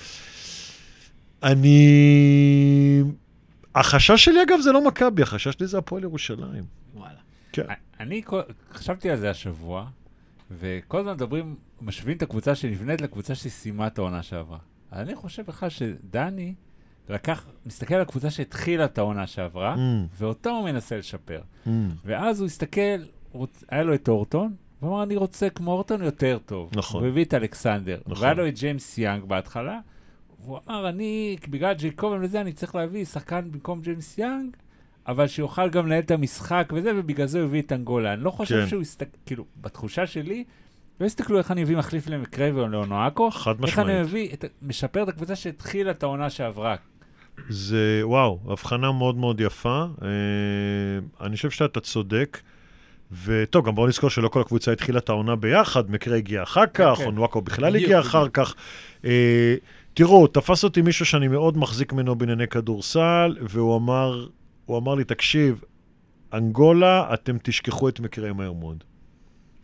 אני, החשש שלי אגב זה לא מכבי, החשש שלי זה הפועל ירושלים. וואלה. כן. אני חשבתי על זה השבוע, וכל הזמן מדברים, משווים את הקבוצה שנבנית לקבוצה שסיימה את העונה שעברה. אני חושב בכלל שדני לקח, מסתכל על הקבוצה שהתחילה את העונה שעברה, mm. ואותה הוא מנסה לשפר. Mm. ואז הוא הסתכל, רוצ... היה לו את אורטון, ואמר, אני רוצה כמו אורטון יותר טוב. נכון. הוא הביא את אלכסנדר. נכון. והיה לו את ג'יימס יאנג בהתחלה, והוא אמר, אני, בגלל ג'ייקובן וזה, אני צריך להביא שחקן במקום ג'יימס יאנג, אבל שיוכל גם לנהל את המשחק וזה, ובגלל זה הוא הביא את אנגולה. אני לא חושב כן. שהוא הסתכל, כאילו, בתחושה שלי, לא הסתכלו איך אני מביא מחליף למקרי ולאונואקו, חד משמעית. איך אני מביא, את, משפר את הקבוצה שהתחילה את העונה שעברה. זה, וואו, הבחנה מאוד מאוד יפה. אה, אני חושב שאתה צודק, וטוב, גם בואו נזכור שלא כל הקבוצה התחילה את העונה ביחד, מקרי הגיע אחר כך, okay. אונואקו בכלל הגיע בדיוק, אחר בדיוק. כך. אה, תראו, תפס אותי מישהו שאני מאוד מחזיק ממנו בענייני כדורסל, והוא אמר, הוא אמר לי, תקשיב, אנגולה, אתם תשכחו את מקרי מהר מאוד.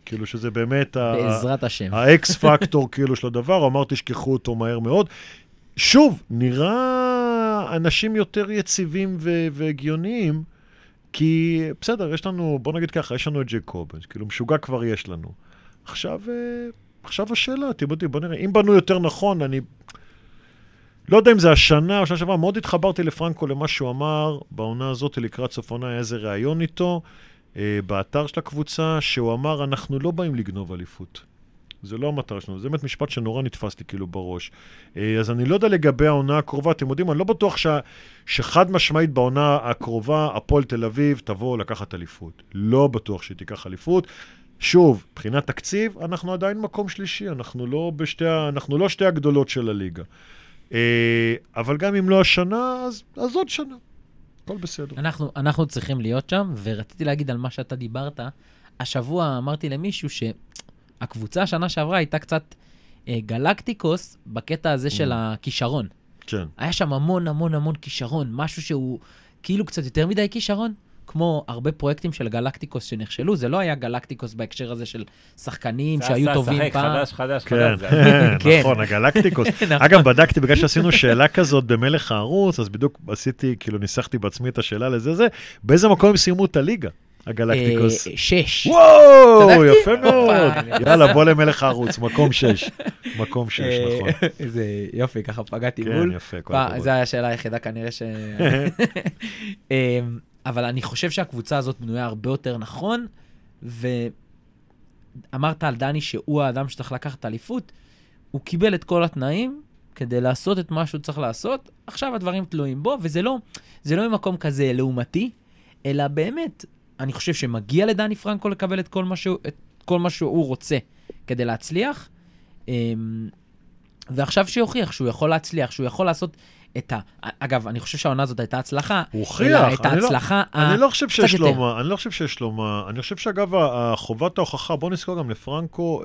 כאילו שזה באמת בעזרת השם. האקס פקטור כאילו של הדבר, אמר תשכחו אותו מהר מאוד. שוב, נראה אנשים יותר יציבים והגיוניים, כי בסדר, יש לנו, בוא נגיד ככה, יש לנו את ג'ייקובן, כאילו משוגע כבר יש לנו. עכשיו, עכשיו השאלה, אתם יודעים, בוא נראה, אם בנו יותר נכון, אני לא יודע אם זה השנה או שנה שעברה, מאוד התחברתי לפרנקו למה שהוא אמר, בעונה הזאת לקראת סוף עונה, היה איזה ראיון איתו, אה, באתר של הקבוצה, שהוא אמר, אנחנו לא באים לגנוב אליפות. זה לא המטרה שלנו, זה באמת משפט שנורא נתפס לי כאילו בראש. אה, אז אני לא יודע לגבי העונה הקרובה, אתם יודעים, אני לא בטוח ש... שחד משמעית בעונה הקרובה, הפועל תל אביב תבוא לקחת אליפות. לא בטוח שהיא תיקח אליפות. שוב, מבחינת תקציב, אנחנו עדיין מקום שלישי, אנחנו לא, בשתי, אנחנו לא שתי הגדולות של הליגה. אבל גם אם לא השנה, אז, אז עוד שנה. הכל בסדר. אנחנו, אנחנו צריכים להיות שם, ורציתי להגיד על מה שאתה דיברת. השבוע אמרתי למישהו שהקבוצה השנה שעברה הייתה קצת אה, גלקטיקוס בקטע הזה של הכישרון. כן. היה שם המון המון המון כישרון, משהו שהוא כאילו קצת יותר מדי כישרון. כמו הרבה פרויקטים של גלקטיקוס שנכשלו, זה לא היה גלקטיקוס בהקשר הזה של שחקנים שהיו טובים פעם. חדש, חדש, חדש. כן, נכון, הגלקטיקוס. אגב, בדקתי, בגלל שעשינו שאלה כזאת במלך הערוץ, אז בדיוק עשיתי, כאילו ניסחתי בעצמי את השאלה לזה זה, באיזה מקום הם סיימו את הליגה, הגלקטיקוס? שש. וואו, יפה מאוד. יאללה, בוא למלך הערוץ, מקום שש. מקום שש, נכון. איזה יופי, ככה פגעתי כן, בול. יפה, כל הכבוד. זו היה השאלה היחידה כנראה ש... אבל אני חושב שהקבוצה הזאת בנויה הרבה יותר נכון, ואמרת על דני שהוא האדם שצריך לקחת אליפות, הוא קיבל את כל התנאים כדי לעשות את מה שהוא צריך לעשות, עכשיו הדברים תלויים בו, וזה לא, זה לא ממקום כזה לעומתי, אלא באמת, אני חושב שמגיע לדני פרנקו לקבל את כל מה שהוא, את כל מה שהוא רוצה כדי להצליח, ועכשיו שיוכיח שהוא יכול להצליח, שהוא יכול לעשות את ה... אגב, אני חושב שהעונה הזאת הייתה הצלחה. הוא הוכיח. את ההצלחה אני לא חושב שיש לו מה, אני לא חושב שיש לו מה, אני חושב שאגב, חובת ההוכחה, בוא נזכור גם לפרנקו,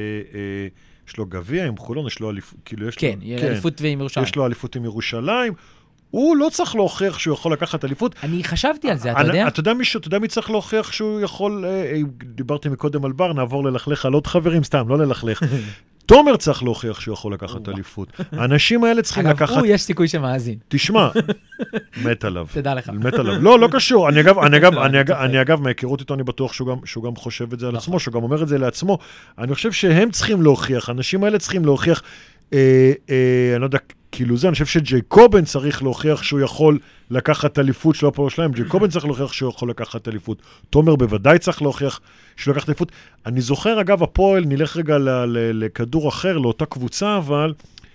יש לו גביע עם חולון, יש לו אליפות, כאילו יש לו... כן, אליפות עם ירושלים. יש לו אליפות עם ירושלים. הוא לא צריך להוכיח שהוא יכול לקחת אליפות. אני חשבתי על זה, אתה יודע? אתה יודע מישהו, אתה יודע מי צריך להוכיח שהוא יכול, דיברתי מקודם על בר, נעבור ללכלך על עוד חברים, סתם, לא ללכלך. תומר צריך להוכיח שהוא יכול לקחת אליפות. האנשים האלה צריכים לקחת... אגב, הוא יש סיכוי שמאזין. תשמע, מת עליו. תדע לך. מת עליו. לא, לא קשור. אני אגב, אני אגב, אני אגב, אני אגב, מהיכרות איתו, אני בטוח שהוא גם, שהוא גם חושב את זה על עצמו, שהוא גם אומר את זה לעצמו. אני חושב שהם צריכים להוכיח, האנשים האלה צריכים להוכיח, אה, אה, אני לא יודע, כאילו זה, אני חושב שג'ייקובן צריך להוכיח שהוא יכול לקחת אליפות של הפועל שלהם, ג'ייקובן צריך להוכיח שהוא יכול לקחת אליפות, תומר בוודאי צריך להוכיח שהוא לקחת אליפות. אני זוכר, אגב, הפועל, נלך רגע ל- ל- לכדור אחר, לאותה קבוצה, אבל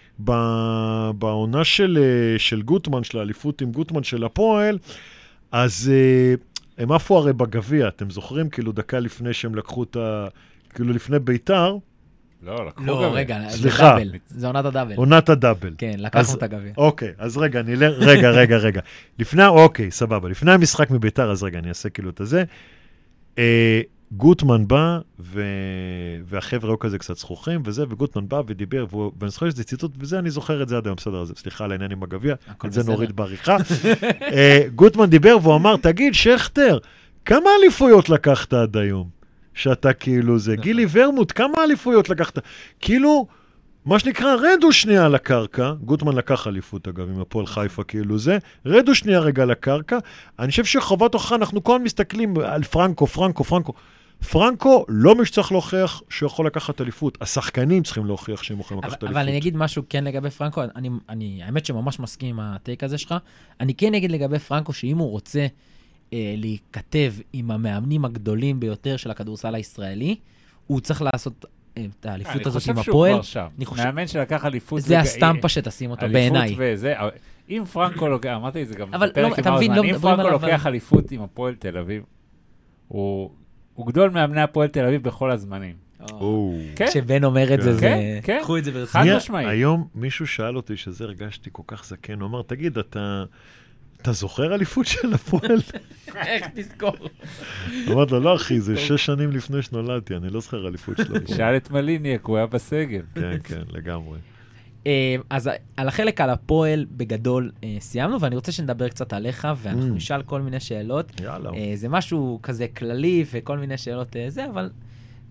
ב- בעונה של, של גוטמן, של האליפות עם גוטמן של הפועל, אז הם עפו הרי בגביע, אתם זוכרים? כאילו דקה לפני שהם לקחו את ה... כאילו לפני ביתר, לא, לקחו לא, גביע. רגע, זה סליחה. דאבל. זה עונת הדאבל. עונת הדאבל. כן, לקחנו את הגביע. אוקיי, אז רגע, אני אלך, רגע, רגע, רגע. לפני, אוקיי, סבבה. לפני המשחק מביתר, אז רגע, אני אעשה כאילו את הזה. אה, גוטמן בא, ו... והחבר'ה היו כזה קצת זכוכים, וזה, וגוטמן בא ודיבר, והוא... ואני זוכר שזה ציטוט, וזה, אני זוכר את זה עד היום, בסדר, אז סליחה על העניין עם הגביע, את זה נוריד בעריכה. אה, גוטמן דיבר, והוא אמר, תגיד, שכטר, כמה אליפויות לקחת עד היום? שאתה כאילו זה, גילי ורמוט, כמה אליפויות לקחת? כאילו, מה שנקרא, רדו שנייה על הקרקע, גוטמן לקח אליפות אגב, עם הפועל חיפה כאילו זה, רדו שנייה רגע לקרקע, אני חושב שחובת הוכחה, אנחנו כל מסתכלים על פרנקו, פרנקו, פרנקו, פרנקו לא מי שצריך להוכיח שהוא יכול לקחת אליפות, השחקנים צריכים להוכיח שהם יכולים לקחת אליפות. אבל אני אגיד משהו כן לגבי פרנקו, אני, אני, האמת שממש מסכים עם הטייק הזה שלך, אני כן אגיד לגבי פרנקו שאם הוא רוצה להיכתב עם המאמנים הגדולים ביותר של הכדורסל הישראלי, הוא צריך לעשות את האליפות הזאת עם הפועל. אני חושב שהוא כבר שם. מאמן שלקח אליפות. זה הסטמפה שתשים אותו בעיניי. אליפות וזה, אם פרנקו לוקח, אמרתי את זה גם בפרק עם האוזמן, אם פרנקו לוקח אליפות עם הפועל תל אביב, הוא גדול מאמני הפועל תל אביב בכל הזמנים. כשבן אומר את זה, זה... קחו את זה ברצינות. חד משמעית. היום מישהו שאל אותי שזה הרגשתי כל כך זקן, הוא אמר, תגיד, אתה... אתה זוכר אליפות של הפועל? איך תזכור? אמרת לו, לא אחי, זה שש שנים לפני שנולדתי, אני לא זוכר אליפות של הפועל. שאל את מליניאק, הוא היה בסגל. כן, כן, לגמרי. אז על החלק על הפועל בגדול סיימנו, ואני רוצה שנדבר קצת עליך, ואנחנו נשאל כל מיני שאלות. יאללה. זה משהו כזה כללי, וכל מיני שאלות זה, אבל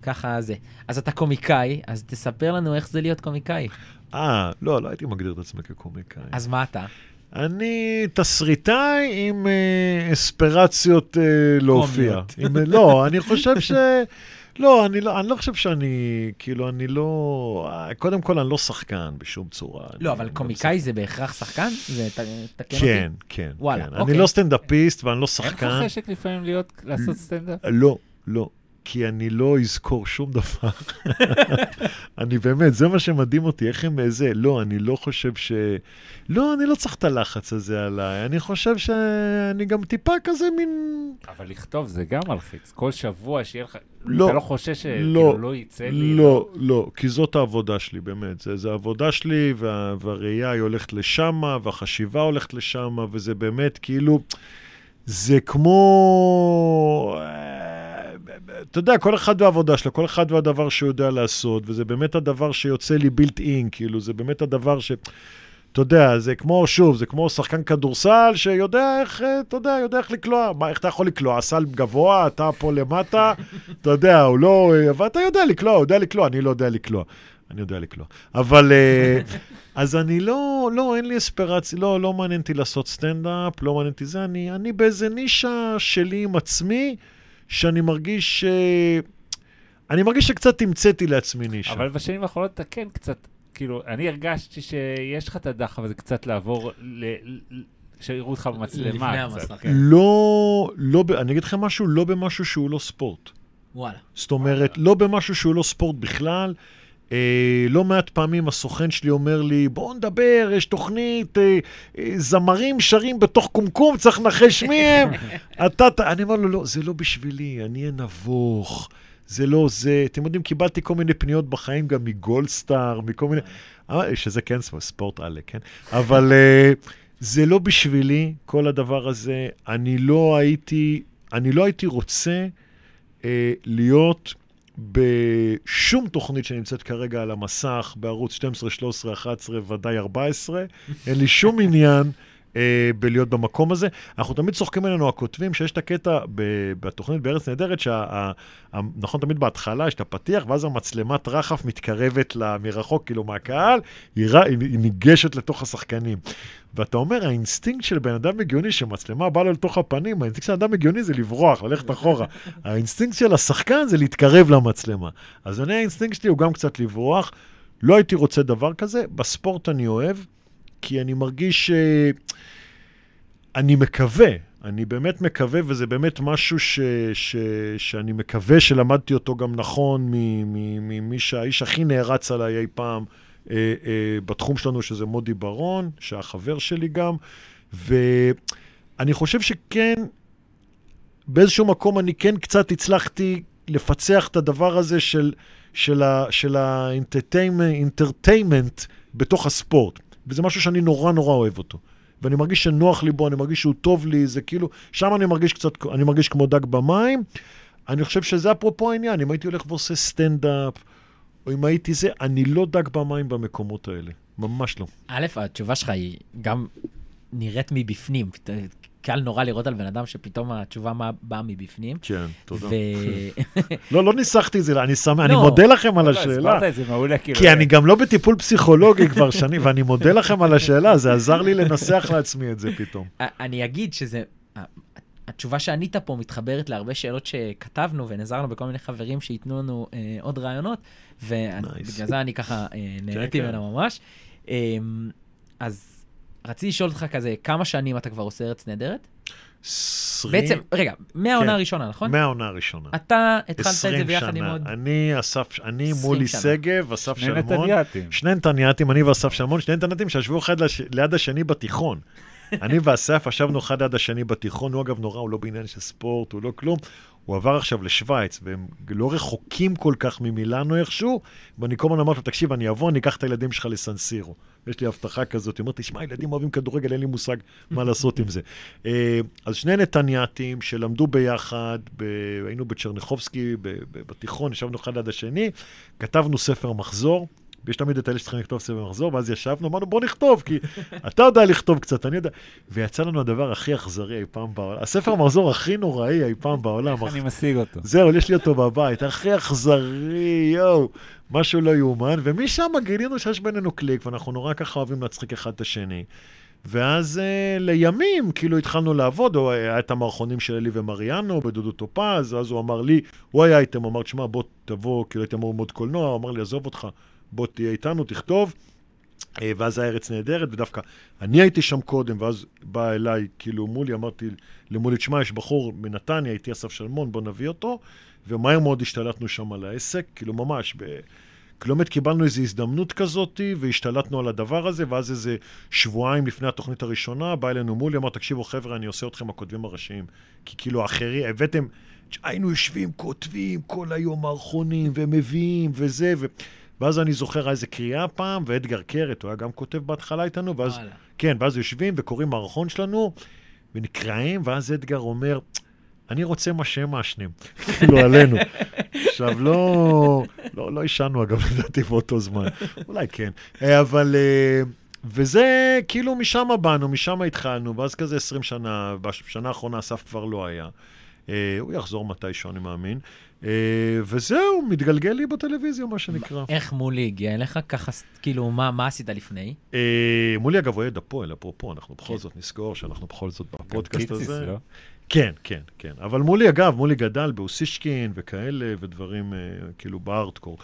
ככה זה. אז אתה קומיקאי, אז תספר לנו איך זה להיות קומיקאי. אה, לא, לא הייתי מגדיר את עצמי כקומיקאי. אז מה אתה? אני תסריטאי עם אה, אספירציות אה, להופיע. עם, לא, אני חושב ש... לא, אני לא, אני לא חושב שאני, כאילו, אני לא... קודם כל, אני לא שחקן בשום צורה. לא, אבל קומיקאי זה בהכרח שחקן? זה תקן אותי? כן, כן. וואלה, כן. אוקיי. אני לא סטנדאפיסט ואני לא שחקן. אין לך חשק לפעמים להיות, לעשות סטנדאפ? לא, לא. כי אני לא אזכור שום דבר. אני באמת, זה מה שמדהים אותי, איך הם איזה, לא, אני לא חושב ש... לא, אני לא צריך את הלחץ הזה עליי, אני חושב שאני גם טיפה כזה מין... אבל לכתוב זה גם מלחיץ, כל שבוע שיהיה לך... לא, אתה לא חושב שכאילו לא, לא יצא לי? לא, לא, כי זאת העבודה שלי באמת, זה, זה העבודה שלי, וה, והראייה היא הולכת לשם, והחשיבה הולכת לשם, וזה באמת כאילו, זה כמו... אתה יודע, כל אחד והעבודה שלו, כל אחד והדבר שהוא יודע לעשות, וזה באמת הדבר שיוצא לי בילט אין, כאילו, זה באמת הדבר ש... אתה יודע, זה כמו, שוב, זה כמו שחקן כדורסל שיודע איך, אתה יודע, יודע איך לקלוע. מה, איך אתה יכול לקלוע? הסל גבוה, אתה פה למטה, אתה יודע, הוא לא... אבל אתה יודע לקלוע, הוא יודע לקלוע, אני לא יודע לקלוע. אני יודע לקלוע. אבל... אז אני לא, לא, אין לי אספירציה, לא, לא מעניין אותי לעשות סטנדאפ, לא מעניין אותי זה, אני, אני באיזה נישה שלי עם עצמי, שאני מרגיש, אני מרגיש שקצת המצאתי לעצמי נישה. אבל בשנים האחרונות אתה כן קצת, כאילו, אני הרגשתי שיש לך את הדח, אבל זה קצת לעבור, שיראו אותך במצלמה קצת. לא, לא, אני אגיד לכם משהו, לא במשהו שהוא לא ספורט. וואלה. זאת אומרת, לא במשהו שהוא לא ספורט בכלל, אה, לא מעט פעמים הסוכן שלי אומר לי, בואו נדבר, יש תוכנית, אה, אה, זמרים שרים בתוך קומקום, צריך לנחש מי הם. אתה, אני אומר לו, לא, זה לא בשבילי, אני אנבוך, זה לא זה. אתם יודעים, קיבלתי כל מיני פניות בחיים, גם מגולדסטאר, מכל מיני, אה, שזה כן ספורט עלה, כן? אבל אה, זה לא בשבילי, כל הדבר הזה. אני לא הייתי, אני לא הייתי רוצה אה, להיות... בשום תוכנית שנמצאת כרגע על המסך, בערוץ שתים עשרה, שלוש עשרה, אחת עשרה, ודאי ארבע עשרה, אין לי שום עניין אה, בלהיות במקום הזה. אנחנו תמיד צוחקים עלינו הכותבים שיש את הקטע ב- בתוכנית בארץ נהדרת, שה, ה, נכון, תמיד בהתחלה יש את הפתיח, ואז המצלמת רחף מתקרבת מרחוק, כאילו מהקהל, היא, היא, היא ניגשת לתוך השחקנים. ואתה אומר, האינסטינקט של בן אדם מגיוני, שמצלמה באה לו לתוך הפנים, האינסטינקט של אדם מגיוני זה לברוח, ללכת אחורה. האינסטינקט של השחקן זה להתקרב למצלמה. אז אני, האינסטינקט שלי הוא גם קצת לברוח. לא הייתי רוצה דבר כזה. בספורט אני אוהב, כי אני מרגיש ש... אני מקווה, אני באמת מקווה, וזה באמת משהו ש... ש... שאני מקווה שלמדתי אותו גם נכון ממי שהאיש הכי נערץ עליי אי פעם, Uh, uh, בתחום שלנו, שזה מודי ברון, שהחבר שלי גם, ואני חושב שכן, באיזשהו מקום אני כן קצת הצלחתי לפצח את הדבר הזה של, של, ה, של האינטרטיימנט בתוך הספורט, וזה משהו שאני נורא נורא אוהב אותו, ואני מרגיש שנוח לי בו, אני מרגיש שהוא טוב לי, זה כאילו, שם אני מרגיש קצת, אני מרגיש כמו דג במים. אני חושב שזה אפרופו העניין, אם הייתי הולך ועושה סטנדאפ, או אם הייתי זה, אני לא דג במים במקומות האלה. ממש לא. א', התשובה שלך היא גם נראית מבפנים. קל נורא לראות על בן אדם שפתאום התשובה באה מבפנים. כן, תודה. לא, לא ניסחתי את זה, אני שמח, אני מודה לכם על השאלה. לא, הסברת את זה מעולה, כאילו. כי אני גם לא בטיפול פסיכולוגי כבר שנים, ואני מודה לכם על השאלה, זה עזר לי לנסח לעצמי את זה פתאום. אני אגיד שזה... התשובה שענית פה מתחברת להרבה שאלות שכתבנו, ונעזרנו בכל מיני חברים שיתנו לנו אה, עוד רעיונות, ובגלל זה אני ככה אה, נהניתי ממנה ממש. אה, אז רציתי לשאול אותך כזה, כמה שנים אתה כבר עושה ארץ נהדרת? בעצם, רגע, מהעונה הראשונה, נכון? מהעונה הראשונה. אתה התחלת את זה ביחד עם עוד... אני, אסף, אני מולי שגב, אסף שלמון. שני נתניאתים. שני נתניאתים, אני ואסף שלמון, שני נתניאתים שישבו אחד ליד השני בתיכון. אני ואסף ישבנו אחד ליד השני בתיכון, הוא אגב נורא, הוא לא בעניין של ספורט, הוא לא כלום. הוא עבר עכשיו לשוויץ, והם לא רחוקים כל כך ממילאנו איכשהו, ואני כל הזמן אמרתי לו, תקשיב, אני אבוא, אני אקח את הילדים שלך לסנסירו. יש לי הבטחה כזאת, היא אומרת, תשמע, ילדים אוהבים כדורגל, אין לי מושג מה לעשות עם זה. אז שני נתניאתים שלמדו ביחד, היינו בצ'רניחובסקי, בתיכון, ישבנו אחד ליד השני, כתבנו ספר מחזור, ויש תמיד את אלה שצריכים לכתוב ספר מחזור, ואז ישבנו, אמרנו, בוא נכתוב, כי אתה יודע לכתוב קצת, אני יודע. ויצא לנו הדבר הכי אכזרי אי פעם בעולם. הספר מחזור הכי נוראי אי פעם בעולם. איך אני משיג אותו? זהו, יש לי אותו בבית, הכי אכזרי, יואו, משהו לא יאומן, ומשם גילינו שיש בינינו קליק, ואנחנו נורא ככה אוהבים להצחיק אחד את השני. ואז uh, לימים, כאילו התחלנו לעבוד, הוא היה את המערכונים של אלי ומריאנו, בדודו טופז, אז הוא אמר לי, הוא היה איתם, הוא אמר, תשמע, בוא תבוא, כאילו הייתי אמור ללמוד קולנוע, הוא אמר לי, עזוב אותך, בוא תהיה איתנו, תכתוב, uh, ואז הארץ נהדרת, ודווקא אני הייתי שם קודם, ואז בא אליי, כאילו מולי, אמרתי למולי, תשמע, יש בחור מנתניה, הייתי אסף שלמון, בוא נביא אותו, ומהר מאוד השתלטנו שם על העסק, כאילו ממש, ב... כלומר, קיבלנו איזו הזדמנות כזאת, והשתלטנו על הדבר הזה, ואז איזה שבועיים לפני התוכנית הראשונה, בא אלינו מולי, אמר, תקשיבו חבר'ה, אני עושה אתכם הכותבים הראשיים, כי כאילו אחרי, הבאתם, היינו יושבים, כותבים כל היום מערכונים, ומביאים, וזה, ו... ואז אני זוכר איזה קריאה פעם, ואדגר קרת, הוא היה גם כותב בהתחלה איתנו, ואז, כן, ואז יושבים וקוראים מערכון שלנו, ונקראים, ואז אדגר אומר, אני רוצה מה שהם מעשנים, כאילו עלינו. עכשיו, לא, לא, לא ישנו, אגב, לדעתי באותו זמן. אולי כן. אבל, וזה, כאילו, משם באנו, משם התחלנו, ואז כזה עשרים שנה, בשנה האחרונה אסף כבר לא היה. הוא יחזור מתישהו, אני מאמין. וזהו, מתגלגל לי בטלוויזיה, מה שנקרא. איך מולי הגיע אליך? ככה, כאילו, מה, מה עשית לפני? מולי, אגב, הוא ידע פה, אלא פה, אנחנו בכל זאת נסגור, שאנחנו בכל זאת בפודקאסט הזה. כן, כן, כן. אבל מולי, אגב, מולי גדל באוסישקין וכאלה, ודברים כאילו בארטקור.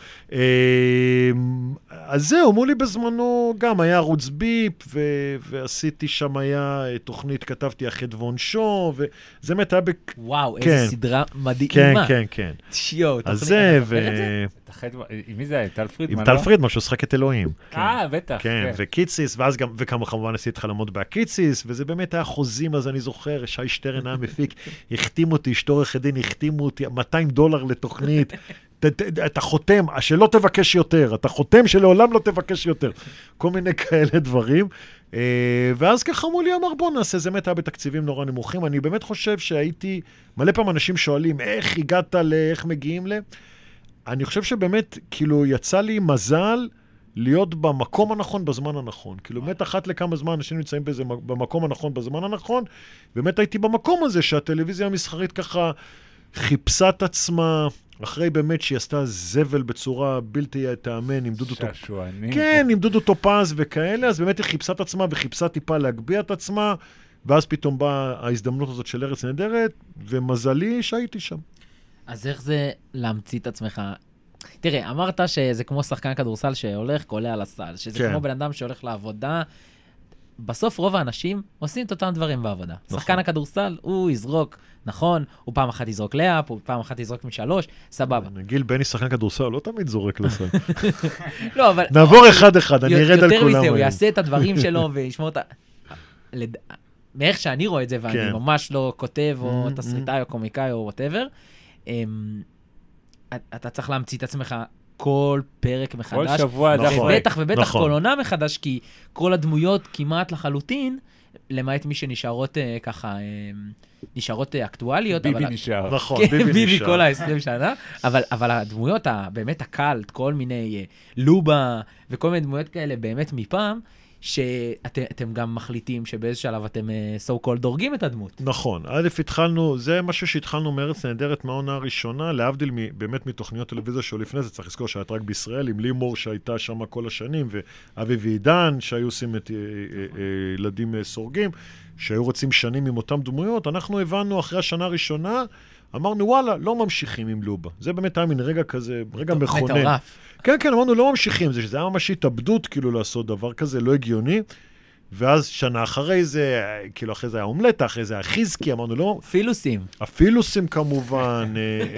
אז זהו, מולי בזמנו גם היה ערוץ ביפ, ועשיתי שם היה תוכנית, כתבתי החד ועונשו, וזה באמת היה... וואו, איזה סדרה מדהימה. כן, כן, כן. שיו, אז זה, ו... עם מי זה היה? עם טל פרידמן? עם טל פרידמן, שהוא שחק את אלוהים. אה, בטח. כן, וקיציס, ואז גם, וכמובן עשיתי לך לעמוד בהקיציס, וזה באמת היה חוזים, אז אני זוכר, שי שטרן היה מפיק, החתימו אותי, אשתו עורך דין, החתימו אותי, מאתיים דולר לתוכנית, אתה חותם, שלא תבקש יותר, אתה חותם שלעולם לא תבקש יותר, כל מיני כאלה דברים, ואז ככה מולי אמר, בוא נעשה, זה באמת היה בתקציבים נורא נמוכים, אני באמת חושב שהייתי, מלא פעם אנשים שואלים, איך הגעת ל... איך מגיעים ל... אני חושב שבאמת, כאילו, יצא לי מזל להיות במקום הנכון בזמן הנכון. כאילו, באמת אחת לכמה זמן אנשים נמצאים בזה, במקום הנכון בזמן הנכון, באמת הייתי במקום הזה שהטלוויזיה המסחרית ככה חיפשה את עצמה, אחרי באמת שהיא עשתה זבל בצורה בלתי תאמן, עם דודו טופז. שעשוענים. כן, עם דודו טופז וכאלה, אז באמת היא חיפשה את עצמה וחיפשה טיפה להגביה את עצמה, ואז פתאום באה ההזדמנות הזאת של ארץ נהדרת, ומזלי שהייתי שם. אז איך זה להמציא את עצמך? תראה, אמרת שזה כמו שחקן כדורסל שהולך, קולה על הסל, שזה כן. כמו בן אדם שהולך לעבודה. בסוף רוב האנשים עושים את אותם דברים בעבודה. נכון. שחקן הכדורסל, הוא יזרוק, נכון, הוא פעם אחת יזרוק לאפ, הוא פעם אחת יזרוק משלוש, סבבה. גיל בני שחקן כדורסל, לא תמיד זורק לסל. לא, אבל... נעבור אחד אחד, אני ארד על כולם. יותר מזה, הוא יעשה את הדברים שלו וישמור את ה... מאיך שאני רואה את זה, ואני ממש לא כותב, או תסריטאי, או קומיקאי, או whatever, אתה צריך להמציא את עצמך כל פרק מחדש. כל שבוע. ובטח ובטח כל עונה מחדש, כי כל הדמויות כמעט לחלוטין, למעט מי שנשארות ככה, נשארות אקטואליות. ביבי נשאר. נכון, ביבי נשאר. ביבי כל ה-עשרים שנה, אבל הדמויות, באמת הקלט, כל מיני לובה, וכל מיני דמויות כאלה באמת מפעם, שאתם גם מחליטים שבאיזה שלב אתם so called דורגים את הדמות. נכון. א' התחלנו, זה משהו שהתחלנו מארץ נהדרת מהעונה הראשונה, להבדיל באמת מתוכניות טלוויזיה שהיו לפני זה, צריך לזכור שהיית רק בישראל, עם לימור שהייתה שם כל השנים, ואבי ועידן שהיו עושים את ילדים סורגים, שהיו רוצים שנים עם אותם דמויות. אנחנו הבנו אחרי השנה הראשונה, אמרנו, וואלה, לא ממשיכים עם לובה. זה באמת היה מין רגע כזה, רגע מכונן. מטורף. כן, כן, אמרנו, לא ממשיכים. זה שזה היה ממש התאבדות, כאילו, לעשות דבר כזה, לא הגיוני. ואז שנה אחרי זה, כאילו, אחרי זה היה אומלטה, אחרי זה היה חיזקי, אמרנו, לא... פילוסים. הפילוסים, כמובן,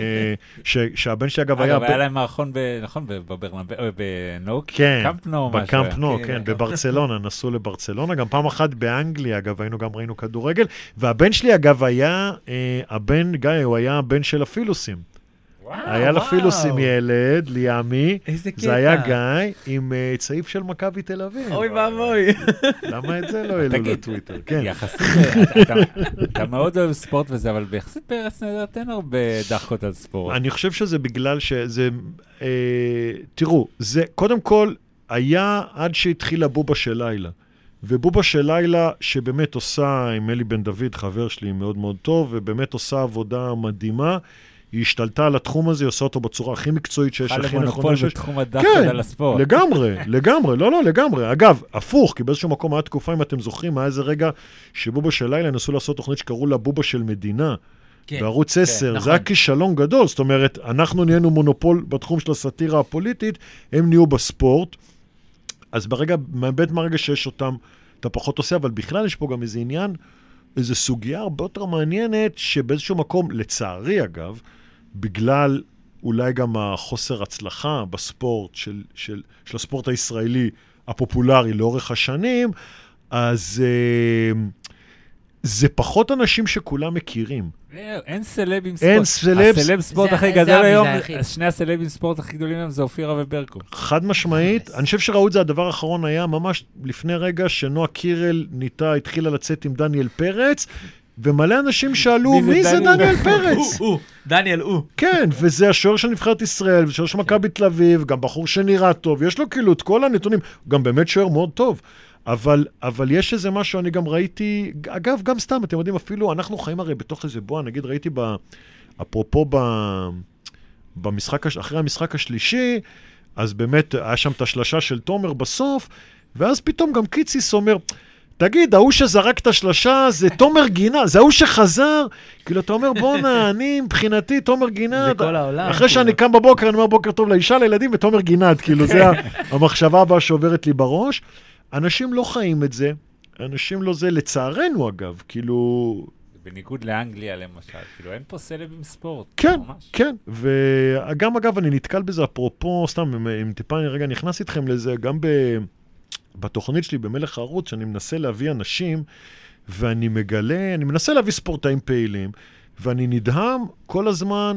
שהבן שלי, אגב, היה... אגב, היה להם מערכון, נכון, בנוק? כן, קמפ נו, משהו. בקמפ נו, כן, בברצלונה, נסעו לברצלונה, גם פעם אחת באנגליה, אגב, היינו גם ראינו כדורגל, והבן שלי, אגב, היה, הבן, גיא, הוא היה הבן של הפילוסים. היה לפילוסים ילד, ליאמי, זה היה גיא, עם צעיף של מכבי תל אביב. אוי ואבוי. למה את זה לא העלו לטוויטר? כן. יחסית, אתה מאוד אוהב ספורט וזה, אבל ביחסית בארץ נהדרת אין הרבה דחקות על ספורט. אני חושב שזה בגלל שזה, תראו, זה קודם כל, היה עד שהתחילה בובה של לילה. ובובה של לילה, שבאמת עושה, עם אלי בן דוד, חבר שלי מאוד מאוד טוב, ובאמת עושה עבודה מדהימה, היא השתלטה על התחום הזה, היא עושה אותו בצורה הכי מקצועית שיש, הכי נכונה שיש. בתחום הדחת על הספורט. כן, לגמרי, לגמרי, לא, לא, לגמרי. אגב, הפוך, כי באיזשהו מקום היה תקופה, אם אתם זוכרים, היה איזה רגע שבובה של לילה נסו לעשות תוכנית שקראו לה בובה של מדינה, כן, בערוץ עשר, כן, זה נכון. היה כישלון גדול, זאת אומרת, אנחנו נהיינו מונופול בתחום של הסאטירה הפוליטית, הם נהיו בספורט, אז ברגע, מאבד מהרגע שיש אותם, אתה פחות עושה, אבל בכלל יש פה גם איזה עניין, איזו סוגיה הרבה יותר מעניינת, שבאיזשהו מקום, לצערי אגב, בגלל אולי גם החוסר הצלחה בספורט, של, של, של הספורט הישראלי הפופולרי לאורך השנים, אז אה, זה פחות אנשים שכולם מכירים. אין סלבים ספורט. אין סלב. הסלב ספורט הכי גדול היום, שני הסלבים ספורט הכי גדולים היום זה אופירה וברקו. חד משמעית. אני חושב שראו את זה, הדבר האחרון היה ממש לפני רגע שנועה קירל ניתה, התחילה לצאת עם דניאל פרץ, ומלא אנשים שאלו, מי זה דניאל פרץ? דניאל, הוא. כן, וזה השוער של נבחרת ישראל, ושוער של מכבי תל אביב, גם בחור שנראה טוב, יש לו כאילו את כל הנתונים, גם באמת שוער מאוד טוב. אבל, אבל יש איזה משהו, אני גם ראיתי, אגב, גם סתם, אתם יודעים, אפילו, אנחנו חיים הרי בתוך איזה בוא, נגיד, ראיתי ב, אפרופו ב, במשחק, אחרי המשחק השלישי, אז באמת היה שם את השלשה של תומר בסוף, ואז פתאום גם קיציס אומר, תגיד, ההוא שזרק את השלשה, זה תומר גינה, זה ההוא שחזר, כאילו, אתה אומר, בונה, אני מבחינתי, תומר גינת, זה כל העולם. אחרי שאני קם בבוקר, אני אומר, בוקר טוב לאישה, לילדים, ותומר גינת, כאילו, זה המחשבה הבאה שעוברת לי בראש. אנשים לא חיים את זה, אנשים לא זה, לצערנו אגב, כאילו... בניגוד לאנגליה למשל, כאילו אין פה סלבים ספורט. כן, ממש. כן, וגם אגב אני נתקל בזה, אפרופו, סתם, אם טיפה אני רגע נכנס איתכם לזה, גם ב... בתוכנית שלי במלך הערוץ, שאני מנסה להביא אנשים, ואני מגלה, אני מנסה להביא ספורטאים פעילים, ואני נדהם כל הזמן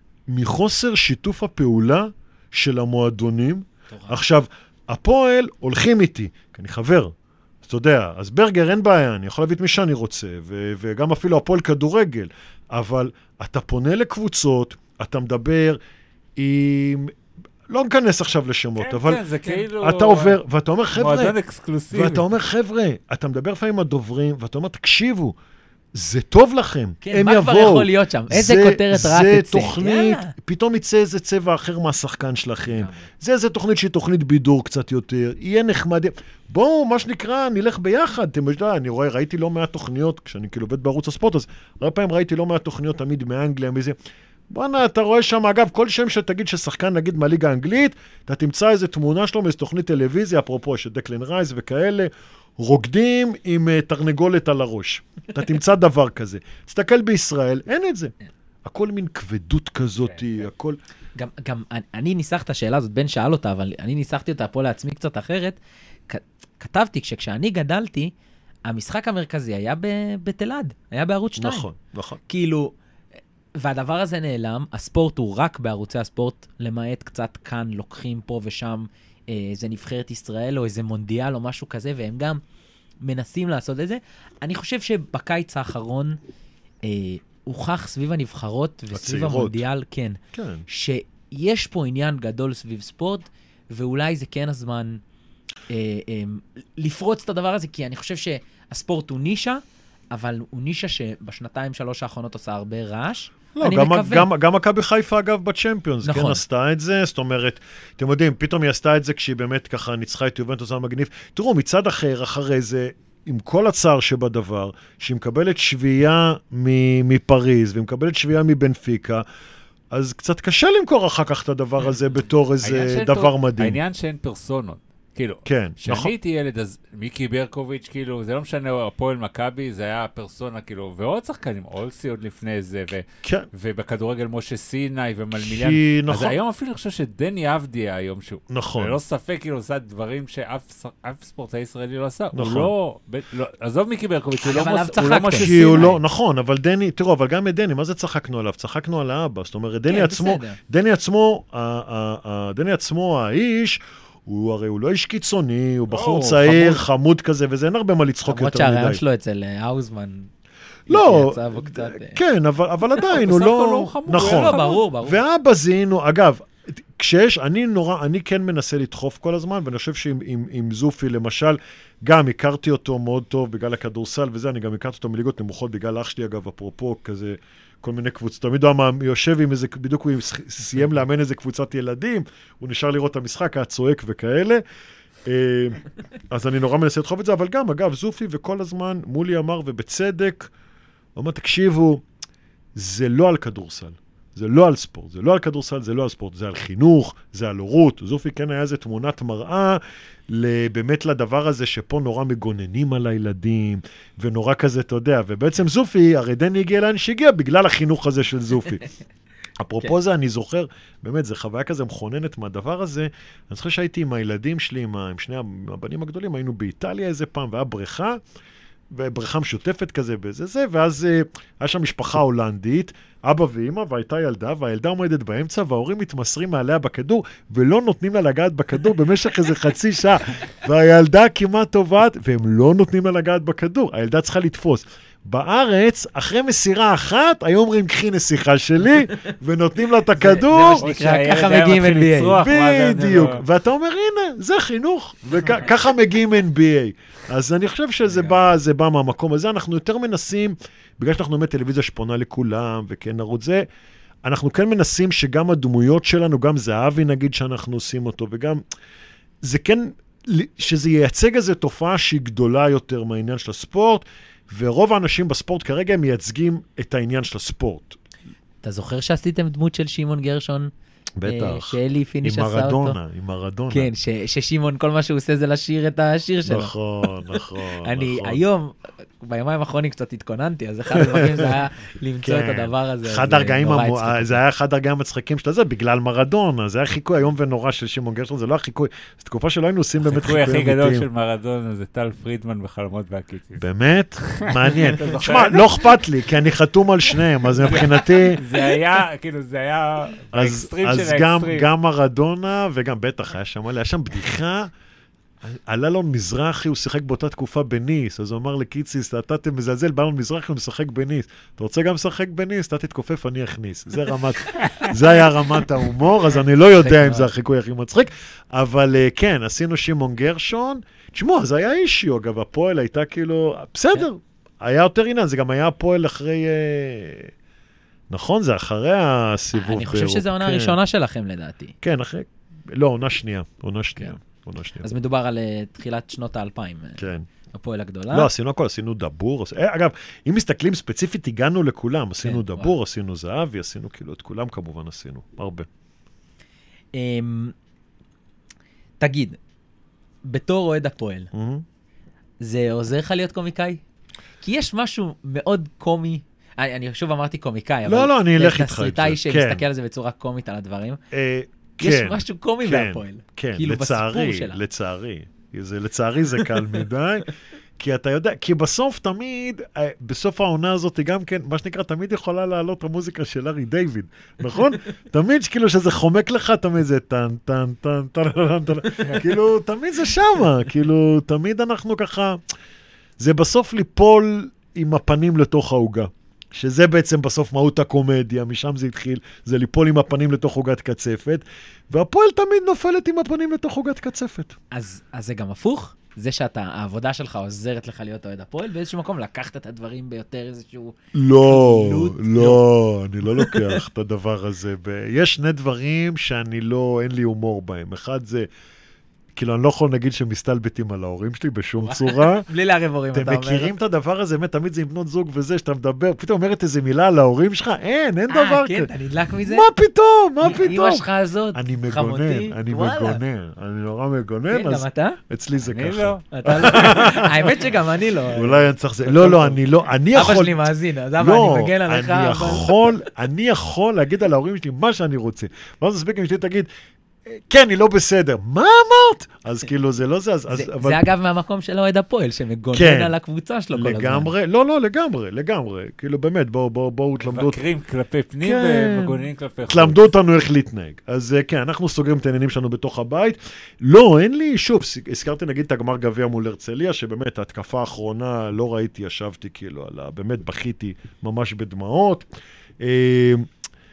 מחוסר שיתוף הפעולה של המועדונים. עכשיו, הפועל הולכים איתי, כי אני חבר, אז אתה יודע, אז ברגר אין בעיה, אני יכול להביא את מי שאני רוצה, ו- וגם אפילו הפועל כדורגל, אבל אתה פונה לקבוצות, אתה מדבר עם... לא נכנס עכשיו לשמות, כן, אבל כן, זה כאילו... אתה עובר, ואתה אומר, חבר'ה, מועדון אקסקלוסיבי. ואתה אומר, חבר'ה, אתה מדבר לפעמים עם הדוברים, ואתה אומר, תקשיבו, זה טוב לכם, כן, הם מה יבואו. כבר יכול להיות שם? איזה זה, כותרת רק זה תצא. תוכנית, יאללה. פתאום יצא איזה צבע אחר מהשחקן שלכם. זה איזה תוכנית שהיא תוכנית בידור קצת יותר, יהיה נחמד. בואו, מה שנקרא, נלך ביחד. אתם יודעים, אני רואה, ראיתי לא מעט תוכניות, כשאני כאילו עובד בערוץ הספורט, אז הרבה פעמים ראיתי לא מעט תוכניות תמיד מאנגליה, מזה. בוא'נה, אתה רואה שם, אגב, כל שם שתגיד ששחקן, נגיד, מהליגה האנגלית, אתה תמצא איזה תמונה שלו מאיזו תוכנית טלוויזיה, אפרופו, שדקלן רייס וכאלה, רוקדים עם uh, תרנגולת על הראש. אתה תמצא דבר כזה. תסתכל בישראל, אין את זה. הכל מין כבדות כזאת, הכל... גם, גם אני ניסח את השאלה הזאת, בן שאל אותה, אבל אני ניסחתי אותה פה לעצמי קצת אחרת. כ- כתבתי, כשאני גדלתי, המשחק המרכזי היה בתלעד, היה בערוץ שתיים. נכון, נכון. כאילו... והדבר הזה נעלם, הספורט הוא רק בערוצי הספורט, למעט קצת כאן לוקחים פה ושם איזה נבחרת ישראל או איזה מונדיאל או משהו כזה, והם גם מנסים לעשות את זה. אני חושב שבקיץ האחרון אה, הוכח סביב הנבחרות וסביב הצעירות. המונדיאל, כן, כן. שיש פה עניין גדול סביב ספורט, ואולי זה כן הזמן אה, אה, לפרוץ את הדבר הזה, כי אני חושב שהספורט הוא נישה, אבל הוא נישה שבשנתיים שלוש האחרונות עושה הרבה רעש. לא, גם, גם, גם מכבי חיפה, אגב, בצ'מפיונס, נכון. כן עשתה את זה, זאת אומרת, אתם יודעים, פתאום היא עשתה את זה כשהיא באמת ככה ניצחה את יובנטוס המגניב. תראו, מצד אחר, אחרי זה, עם כל הצער שבדבר, שהיא מקבלת שביעייה מפריז, והיא מקבלת שביעייה מבנפיקה, אז קצת קשה למכור אחר כך את הדבר הזה בתור איזה דבר מדהים. העניין שאין פרסונות. כאילו, כן, כשאני נכון. הייתי ילד, אז מיקי ברקוביץ', כאילו, זה לא משנה, הפועל מכבי, זה היה פרסונה, כאילו, ועוד שחקנים, אולסי עוד לפני זה, ו- כן. ובכדורגל משה סיני ומלמיליאן. כי, נכון. אז היום אפילו אני חושב שדני אבדיה היום, שהוא, נכון. ולא ספק, כאילו, עושה דברים שאף אף ספורטאי ישראלי לא עשה. נכון. הוא לא, ב- לא, עזוב מיקי ברקוביץ', הוא לא אבל מוס- עליו הוא לא צחקתם. משה כי הוא סיני. לא, נכון, אבל דני, תראו, אבל גם את דני, מה זה צחקנו עליו? צחקנו על האבא, זאת אומרת, דני כן, עצמו, בסדר. דני עצמו, ה- ה- ה- דני עצמו, האיש, הוא הרי הוא לא איש קיצוני, הוא בחור הוא צעיר, חמוד. חמוד כזה, וזה אין הרבה מה לצחוק למרות יותר מדי. שהרעיון שלו אצל אה, האוזמן, לא, יצא בו קצת... אה, כן, אבל אבל עדיין, הוא בסך הכל לא... הוא חמוד, נכון. לא, ברור, ברור. ואבא זינו, אגב, כשיש, אני נורא, אני כן מנסה לדחוף כל הזמן, ואני חושב שעם עם, עם זופי, למשל, גם הכרתי אותו מאוד טוב בגלל הכדורסל וזה, אני גם הכרתי אותו מליגות נמוכות בגלל אח שלי, אגב, אפרופו, כזה, כל מיני קבוצות. תמיד הוא יושב עם איזה, בדיוק הוא סיים לאמן איזה קבוצת ילדים, הוא נשאר לראות את המשחק, היה צועק וכאלה. אז אני נורא מנסה לדחוף את זה, אבל גם, אגב, זופי וכל הזמן, מולי אמר, ובצדק, הוא אומר, תקשיבו, זה לא על כדורסל. זה לא על ספורט, זה לא על כדורסל, זה לא על ספורט, זה על חינוך, זה על הורות. זופי כן היה איזה תמונת מראה, באמת לדבר הזה שפה נורא מגוננים על הילדים, ונורא כזה, אתה יודע, ובעצם זופי, הרי דני הגיע לאן שהגיע, בגלל החינוך הזה של זופי. אפרופו זה, אני זוכר, באמת, זו חוויה כזה מכוננת מהדבר הזה, אני זוכר שהייתי עם הילדים שלי, עם שני הבנים הגדולים, היינו באיטליה איזה פעם, והיה בריכה, ובריכה משותפת כזה בזה זה, ואז uh, היה שם משפחה הולנדית, אבא ואמא, והייתה ילדה, והילדה עומדת באמצע, וההורים מתמסרים מעליה בכדור, ולא נותנים לה לגעת בכדור במשך איזה חצי שעה, והילדה כמעט טובעת, והם לא נותנים לה לגעת בכדור, הילדה צריכה לתפוס. בארץ, אחרי מסירה אחת, היו אומרים, קחי נסיכה שלי, ונותנים לה את הכדור. זה מה שנקרא, ככה מגיעים אן בי איי. בדיוק. ואתה אומר, הנה, זה חינוך, וככה מגיעים אן בי איי. אז אני חושב שזה בא, זה בא מהמקום הזה. אנחנו יותר מנסים, בגלל שאנחנו באמת טלוויזיה שפונה לכולם, וכן ערוץ זה, אנחנו כן מנסים שגם הדמויות שלנו, גם זהבי נגיד שאנחנו עושים אותו, וגם, זה כן, שזה ייצג איזו תופעה שהיא גדולה יותר מהעניין של הספורט, ורוב האנשים בספורט כרגע הם מייצגים את העניין של הספורט. אתה זוכר שעשיתם דמות של שמעון גרשון? בטח. שאלי פיניש עשה אותו? עם מרדונה, עם מרדונה. כן, ששמעון כל מה שהוא עושה זה לשיר את השיר שלו. נכון, נכון. אני היום, ביומיים האחרונים קצת התכוננתי, אז אחד הדברים זה היה למצוא את הדבר הזה. זה היה אחד הרגעים המצחיקים של זה, בגלל מרדונה, זה היה חיקוי היום ונורא של שמעון גרשון, זה לא היה חיקוי, זו תקופה שלא היינו עושים באמת חיקוי אמיתיים. החיקוי הכי גדול של מרדונה זה טל פרידמן בחלומות והקיציס. באמת? מעניין. תשמע, לא אכפת לי, כי אני חתום על שניהם, אז מבחינתי... זה היה, כאילו, זה היה האקסטרים של האקסטרים. אז גם מרדונה, וגם בטח, היה שם, היה שם בדיחה, עלה לו מזרחי, הוא שיחק באותה תקופה בניס, אז הוא אמר לקיציס, אתה אתם מזלזל, בא לו מזרחי, הוא משחק בניס. אתה רוצה גם לשחק בניס? אתה תתכופף, אני אכניס. זה רמת, זה היה רמת ההומור, אז אני לא יודע אם זה החיקוי הכי מצחיק, אבל כן, עשינו שמעון גרשון, תשמעו, זה היה אישיו, אגב, הפועל הייתה כאילו, בסדר, היה יותר עניין, זה גם היה הפועל אחרי... נכון, זה אחרי הסיבוב. אני חושב שזו העונה הראשונה שלכם, לדעתי. כן, אחרי... לא, עונה שנייה. עונה שנייה. אז מדובר על תחילת שנות האלפיים. כן. הפועל הגדולה. לא, עשינו הכל, עשינו דבור. אגב, אם מסתכלים ספציפית, הגענו לכולם. עשינו דבור, עשינו זהבי, עשינו כאילו את כולם כמובן עשינו. הרבה. תגיד, בתור אוהד הפועל, זה עוזר לך להיות קומיקאי? כי יש משהו מאוד קומי, אני שוב אמרתי קומיקאי, אבל... לא, לא, אני אלך איתך. תסריטאי שמסתכל על זה בצורה קומית על הדברים. יש משהו קומי בהפועל. כן, לצערי, לצערי. לצערי זה קל מדי. כי אתה יודע, כי בסוף תמיד, בסוף העונה הזאת גם כן, מה שנקרא, תמיד יכולה לעלות המוזיקה של ארי דיוויד, נכון? תמיד כאילו שזה חומק לך, תמיד זה טן, טן, טן, טן, טן, טן, כאילו, תמיד זה שמה, כאילו, תמיד אנחנו ככה, זה בסוף ליפול עם הפנים לתוך ההוגה. שזה בעצם בסוף מהות הקומדיה, משם זה התחיל, זה ליפול עם הפנים לתוך הוגת קצפת, והפועל תמיד נופלת עם הפנים לתוך הוגת קצפת. אז, אז זה גם הפוך? זה שאתה, העבודה שלך עוזרת לך להיות אוהד הפועל, באיזשהו מקום לקחת את הדברים ביותר איזשהו... לא, לא, אני לא לוקח את הדבר הזה. יש שני דברים שאני לא, אין לי הומור בהם. אחד זה... כאילו, אני לא יכול להגיד שמסתלבטים על ההורים שלי בשום צורה. בלי לערב הורים, אתה אומר. אתם מכירים את הדבר הזה, באמת, תמיד זה עם בנות זוג וזה, שאתה מדבר, פתאום אומרת איזה מילה על ההורים שלך, אין, אין דבר כזה. אה, כן, אתה נדלק מזה? מה פתאום, מה פתאום? אמא שלך הזאת, אני מגונן, אני מגונן, אני נורא מגונן. כן, גם אתה? אצלי זה ככה. אני לא. האמת שגם אני לא. אולי אני צריך זה. לא, לא, אני לא, אני יכול... אבא שלי מאזין, אז אבא, אני מגן עליך. אני יכול, אני יכול להגיד על ההורים שלי מה שאני רוצה. ואז מספיק אם שלי תגיד, כן, היא לא בסדר. מה אמרת? אז כאילו, זה לא זה. זה אגב מהמקום של אוהד הפועל, שמגונן על הקבוצה שלו כל הזמן. לגמרי, לא, לא, לגמרי, לגמרי. כאילו, באמת, בואו תלמדו... מבקרים כלפי פנים ומגוננים כלפי חוץ. תלמדו אותנו איך להתנהג. אז כן, אנחנו סוגרים את העניינים שלנו בתוך הבית. לא, אין לי, שוב, הזכרתי נגיד את הגמר גביע מול הרצליה, שבאמת, ההתקפה האחרונה, לא ראיתי, ישבתי כאילו, באמת בכיתי ממש בדמעות.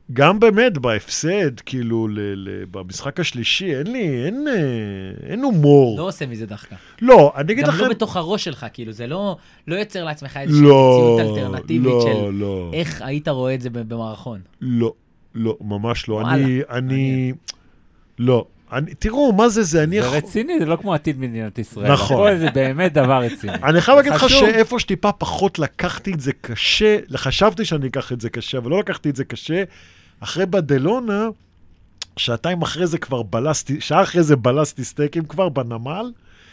גם באמת בהפסד, כאילו, ל, ל, במשחק השלישי, אין לי, אין, אין הומור. לא עושה מזה דחקה. לא, אני אגיד לכם... גם לא בתוך הראש שלך, כאילו, זה לא, לא יוצר לעצמך איזושהי מציאות אלטרנטיבית לא, של לא. איך היית רואה את זה במערכון. לא, לא, ממש לא. וואלה, אני, אני, לא. אני, תראו, מה זה זה? אני זה יכול... רציני, זה לא כמו עתיד מדינת ישראל. נכון. זה באמת דבר רציני. אני חייב להגיד לך שאיפה שטיפה פחות לקחתי את זה קשה, חשבתי שאני אקח את זה קשה, אבל לא לקחתי את זה קשה. אחרי בדלונה, שעתיים אחרי זה כבר בלסתי, שעה אחרי זה בלסתי סטייקים כבר בנמל,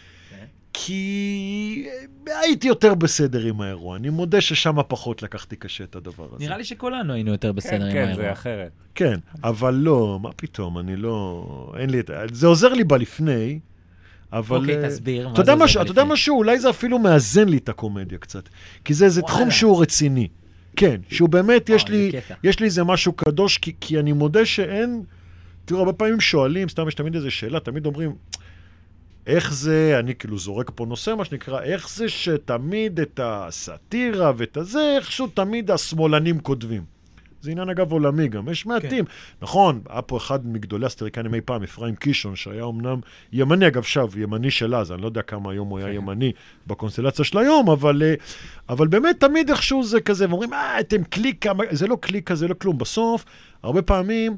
כי הייתי יותר בסדר עם האירוע. אני מודה ששם פחות לקחתי קשה את הדבר הזה. נראה לי שכולנו היינו יותר בסדר עם כן, האירוע. כן, זה אחרת. כן, אבל לא, מה פתאום, אני לא... אין לי את... זה עוזר לי בלפני, אבל... אוקיי, תסביר. אתה יודע משהו, אתה יודע משהו, אולי זה אפילו מאזן לי את הקומדיה קצת. כי זה איזה תחום שהוא רציני. כן, שהוא באמת, יש לי, יש לי איזה משהו קדוש, כי, כי אני מודה שאין... תראו, הרבה פעמים שואלים, סתם יש תמיד איזו שאלה, תמיד אומרים, איך זה, אני כאילו זורק פה נושא, מה שנקרא, איך זה שתמיד את הסאטירה ואת הזה, איכשהו תמיד השמאלנים כותבים. זה עניין אגב עולמי גם, יש מעטים. כן. נכון, היה פה אחד מגדולי הסטריקנים אי פעם, אפרים קישון, שהיה אמנם ימני, אגב שב, ימני של אז, אני לא יודע כמה היום הוא היה ימני בקונסטלציה של היום, אבל, אבל באמת תמיד איכשהו זה כזה, ואומרים, אה, אתם קליקה, זה לא קליקה, זה לא כלום. בסוף, הרבה פעמים,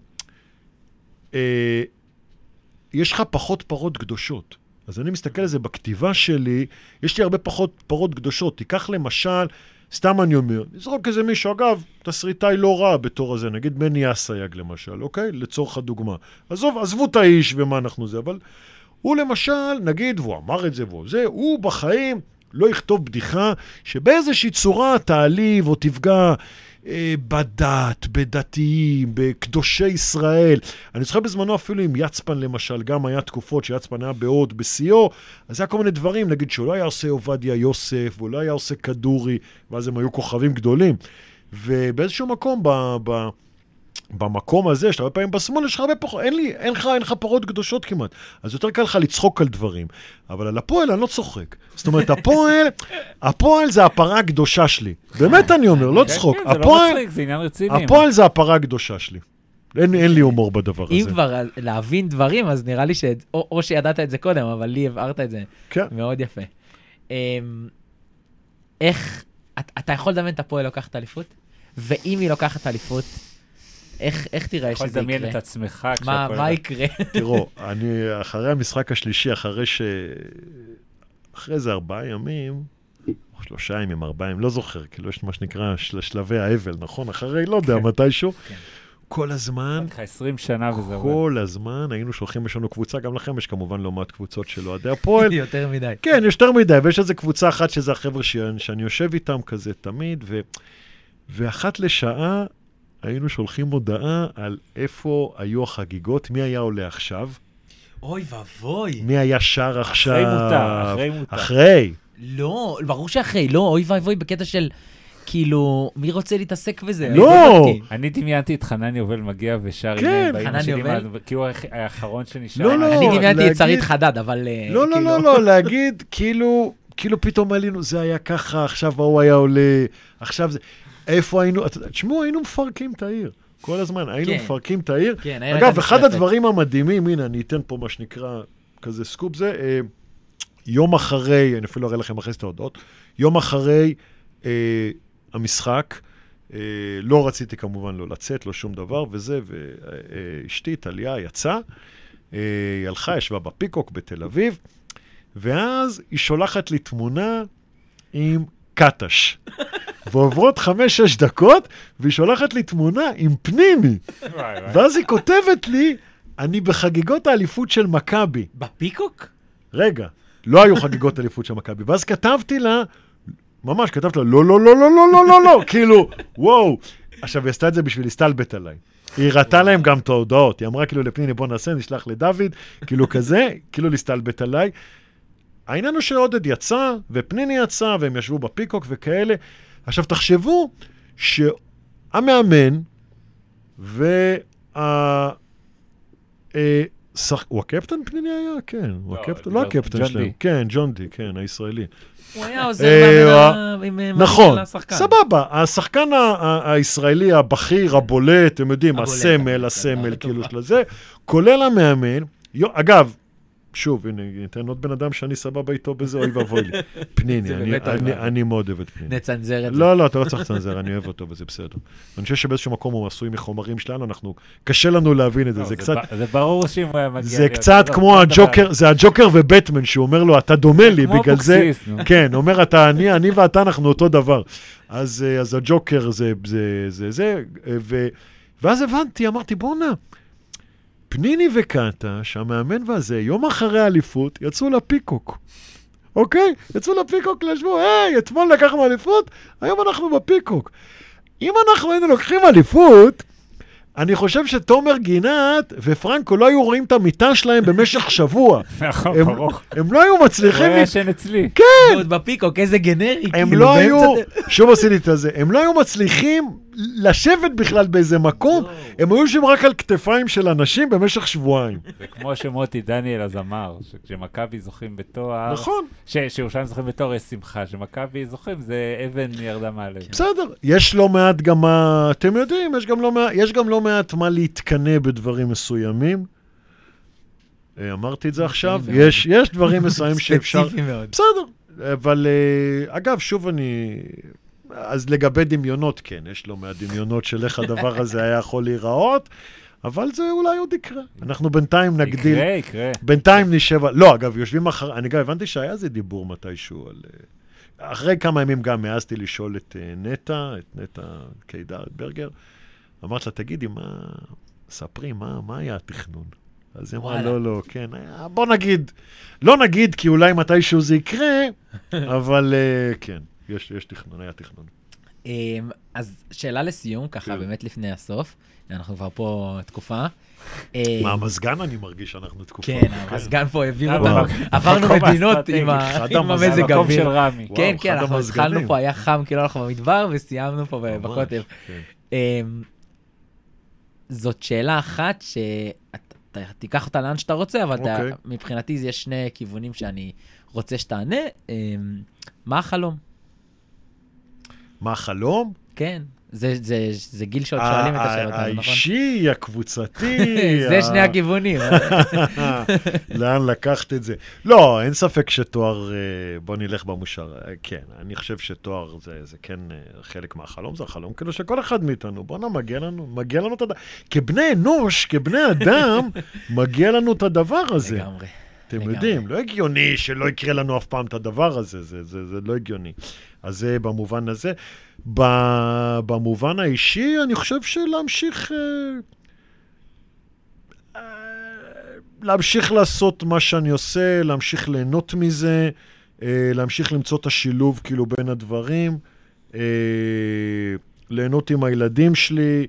אה, יש לך פחות פרות קדושות. אז אני מסתכל על זה בכתיבה שלי, יש לי הרבה פחות פרות קדושות. תיקח למשל, סתם אני אומר, נזרוק איזה מישהו, אגב, תסריטאי לא רע בתור הזה, נגיד מני אסייג למשל, אוקיי? לצורך הדוגמה. עזוב, עזבו את האיש ומה אנחנו זה, אבל הוא למשל, נגיד, והוא אמר את זה והוא זה, הוא בחיים לא יכתוב בדיחה שבאיזושהי צורה תעליב או תפגע אה, בדת, בדתיים, בקדושי ישראל. אני זוכר בזמנו אפילו עם יצפן למשל, גם היה תקופות שיצפן היה בעוד, בסיור, אז היה כל מיני דברים, נגיד שהוא לא היה עושה עובדיה יוסף, הוא לא היה עושה כדורי, ואז הם היו כוכבים גדולים. ובאיזשהו מקום, ב... ב במקום הזה, שאתה הרבה פעמים בשמאל, יש לך הרבה פחות, אין לי, אין לך, אין לך פרות קדושות כמעט. אז יותר קל לך לצחוק על דברים. אבל על הפועל אני לא צוחק. זאת אומרת, הפועל, הפועל זה הפרה הקדושה שלי. באמת אני אומר, לא צחוק. זה לא מצחיק, זה עניין רציני. הפועל זה הפרה הקדושה שלי. אין, אין לי הומור בדבר הזה. אם כבר להבין דברים, אז נראה לי ש... או, או שידעת את זה קודם, אבל לי הבהרת את זה. כן. מאוד יפה. איך, אתה יכול לדמיין את הפועל לוקחת אליפות? ואם היא לוקחת אליפות, איך, איך תראה שזה יקרה? יכול לדמיין את עצמך. מה, מה יקרה? תראו, אני, אחרי המשחק השלישי, אחרי ש... אחרי זה ארבעה ימים, או שלושה ימים, ארבעה ימים, לא זוכר, כאילו יש מה שנקרא של, שלבי האבל, נכון? אחרי, לא יודע, מתישהו. כל הזמן, עשרים שנה וזה כל הזמן, היינו שולחים, יש לנו קבוצה, גם לכם יש כמובן לא מעט קבוצות של אוהדי הפועל. יותר מדי. כן, יש יותר מדי, ויש איזו קבוצה אחת שזה החבר'ה שאני יושב איתם כזה תמיד, ו... ואחת לשעה, היינו שולחים הודעה על איפה היו החגיגות, מי היה עולה עכשיו. אוי ואבוי. מי היה שר עכשיו. אחרי מותר, אחרי מותר. אחרי. לא, ברור שאחרי, לא, אוי ואבוי בקטע של, כאילו, מי רוצה להתעסק בזה? לא. אני דמיינתי את חנן יובל מגיע ושר. כן. חנן יובל. כי הוא האחרון שנשאר. לא, לא. אני דמיינתי את שרית חדד, אבל... לא, לא, לא, לא, להגיד, כאילו, כאילו פתאום עלינו, זה היה ככה, עכשיו הוא היה עולה, עכשיו זה... איפה היינו, תשמעו, היינו מפרקים את העיר. כל הזמן, היינו כן. מפרקים את העיר. כן, אגב, אחד הדברים המדהימים, הנה, אני אתן פה מה שנקרא כזה סקופ זה, אה, יום אחרי, אני אפילו אראה לכם אחרי את ההודעות, יום אחרי אה, המשחק, אה, לא רציתי כמובן לא לצאת, לא שום דבר, וזה, ואשתי, טליה, יצאה, אה, היא הלכה, ישבה בפיקוק בתל אביב, ואז היא שולחת לי תמונה עם קטש. ועוברות חמש-שש דקות, והיא שולחת לי תמונה עם פנימי. ואז היא כותבת לי, אני בחגיגות האליפות של מכבי. בפיקוק? רגע, לא היו חגיגות האליפות של מכבי. ואז כתבתי לה, ממש כתבתי לה, לא, לא, לא, לא, לא, לא, לא, לא, כאילו, וואו. עכשיו, היא עשתה את זה בשביל להסתלבט עליי. היא הראתה להם גם את ההודעות. היא אמרה כאילו לפניני, בוא נעשה, נשלח לדוד, כאילו כזה, כאילו להסתלבט עליי. העניין הוא שעודד יצא, ופניני יצא, והם ישבו בפיקוק וכאלה. עכשיו, תחשבו שהמאמן והשחקן הוא הקפטן פניני היה? כן, הוא הקפטן, לא הקפטן שלהם. כן, ג'ון די, כן, הישראלי. הוא היה עוזר עם נכון, סבבה, השחקן הישראלי הבכיר, הבולט, אתם יודעים, הסמל, הסמל, כאילו של זה, כולל המאמן, אגב, שוב, הנה, ניתן עוד בן אדם שאני סבבה איתו בזה, אוי ואבוי לי. פניני, אני מאוד אוהב את פניני. נצנזר את זה. לא, לא, אתה לא צריך לצנזר, אני אוהב אותו וזה בסדר. אני חושב שבאיזשהו מקום הוא עשוי מחומרים שלנו, אנחנו, קשה לנו להבין את זה, זה קצת... זה ברור שאם הוא היה מגיע... זה קצת כמו הג'וקר, זה הג'וקר ובטמן, שהוא אומר לו, אתה דומה לי, בגלל זה... כן, הוא אומר, אתה, אני ואתה, אנחנו אותו דבר. אז הג'וקר זה, זה, זה, ואז הבנתי, אמרתי, בוא נע. פניני וקאטה, שהמאמן והזה, יום אחרי האליפות, יצאו לפיקוק. אוקיי? יצאו לפיקוק לשבוע, היי, אתמול לקחנו אליפות, היום אנחנו בפיקוק. אם אנחנו היינו לוקחים אליפות, אני חושב שתומר גינת ופרנקו לא היו רואים את המיטה שלהם במשך שבוע. נכון, ברוך. הם לא היו מצליחים... הוא היה ישן אצלי. כן. ועוד בפיקוק, איזה גנרי. הם לא היו... שוב עשיתי את זה. הם לא היו מצליחים לשבת בכלל באיזה מקום. הם היו שם רק על כתפיים של אנשים במשך שבועיים. זה כמו שמוטי דניאל אז אמר, שכשמכבי זוכים בתואר... נכון. שירושלים זוכים בתואר יש שמחה. שמכבי זוכים זה אבן ירדה מעלה. בסדר. יש לא מעט גם מה... אתם יודעים, יש גם לא מעט, יש גם לא מעט מה להתקנה בדברים מסוימים. אמרתי את זה עכשיו. יש, יש דברים מסוימים שאפשר... ספציפי מאוד. בסדר. אבל, אגב, שוב אני... אז לגבי דמיונות, כן, יש לא מעט דמיונות של איך הדבר הזה היה יכול להיראות, אבל זה אולי עוד יקרה. אנחנו בינתיים נגדיל... יקרה, יקרה. בינתיים נשב... לא, אגב, יושבים אחר... אני גם הבנתי שהיה איזה דיבור מתישהו על... אחרי כמה ימים גם העזתי לשאול את נטע, את נטע קידר, את ברגר. אמרת לה, תגידי, מה... ספרי, מה, מה היה התכנון? אז היא אמרה, לא, לא, כן, בוא נגיד, לא נגיד, כי אולי מתישהו זה יקרה, אבל כן, יש, יש תכנון, היה תכנון. אז שאלה לסיום, ככה, באמת לפני הסוף, אנחנו כבר פה תקופה. מה, המזגן אני מרגיש שאנחנו תקופה. כן, המזגן פה העביר אותנו, עברנו מדינות עם המזג המקום של רמי. כן, כן, אנחנו התחלנו פה, היה חם, כאילו אנחנו במדבר, וסיימנו פה בקוטב. זאת שאלה אחת שאתה תיקח אותה לאן שאתה רוצה, אבל מבחינתי יש שני כיוונים שאני רוצה שתענה. מה החלום? מה החלום? כן. זה, זה, זה גיל שעוד שואלים את השאלות, נכון? האישי, הקבוצתי. זה שני הכיוונים. לאן לקחת את זה? לא, אין ספק שתואר, בוא נלך במושר. כן, אני חושב שתואר זה, זה כן חלק מהחלום, זה החלום, כאילו שכל אחד מאיתנו, בוא נמגיע לנו, מגיע לנו את הדבר. כבני אנוש, כבני אדם, מגיע לנו את הדבר הזה. לגמרי. אתם יודעים, לא הגיוני שלא יקרה לנו אף פעם את הדבר הזה, זה, זה, זה לא הגיוני. אז זה במובן הזה. במובן האישי, אני חושב שלהמשיך להמשיך לעשות מה שאני עושה, להמשיך ליהנות מזה, להמשיך למצוא את השילוב כאילו בין הדברים, ליהנות עם הילדים שלי,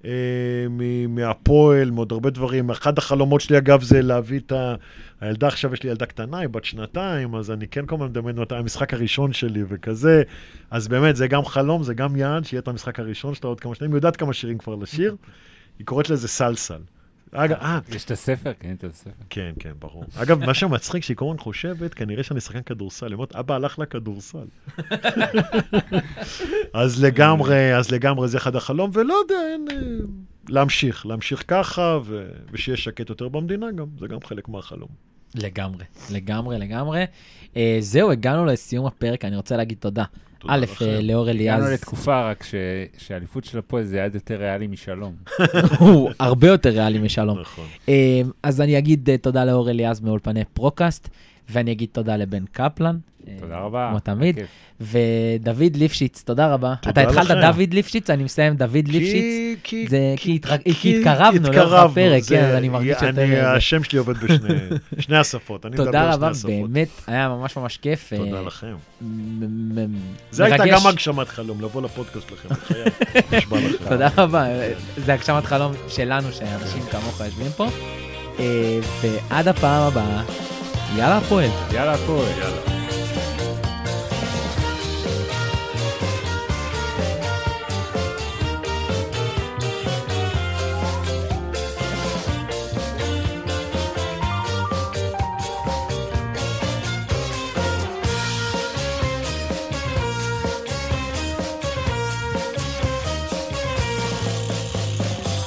מהפועל, מאוד הרבה דברים. אחד החלומות שלי, אגב, זה להביא את ה... הילדה, עכשיו יש לי ילדה קטנה, היא בת שנתיים, אז אני כן כל הזמן מדמיין אותה, המשחק הראשון שלי וכזה. אז באמת, זה גם חלום, זה גם יעד, שיהיה את המשחק הראשון שלה עוד כמה שנים. היא יודעת כמה שירים כבר לשיר. היא קוראת לזה סלסל. יש את הספר? כן, את הספר. כן, כן, ברור. אגב, מה שמצחיק, שהיא כל הזמן חושבת, כנראה שאני שחקן כדורסל. היא אומרת, אבא הלך לכדורסל. אז לגמרי, אז לגמרי זה אחד החלום, ולא יודע, אין... להמשיך, להמשיך ככה, ושיהיה שקט יותר במדינה גם, זה גם חלק מהחלום. לגמרי, לגמרי, לגמרי. זהו, הגענו לסיום הפרק, אני רוצה להגיד תודה. א', לאור אליעז. הגענו לתקופה רק שהאליפות של הפועל זה יעד יותר ריאלי משלום. הוא הרבה יותר ריאלי משלום. נכון. אז אני אגיד תודה לאור אליעז מאולפני פרוקאסט, ואני אגיד תודה לבן קפלן. תודה רבה. כמו תמיד. ודוד ליפשיץ, תודה רבה. אתה התחלת דוד ליפשיץ, אני מסיים דוד ליפשיץ. כי התקרבנו לאורך הפרק, כן, אני מרגיש יותר... השם שלי עובד בשני השפות. תודה רבה, באמת, היה ממש ממש כיף. תודה לכם. זה הייתה גם הגשמת חלום, לבוא לפודקאסט שלכם. תודה רבה, זה הגשמת חלום שלנו, שאנשים כמוך יושבים פה. ועד הפעם הבאה, יאללה הפועל. יאללה הפועל.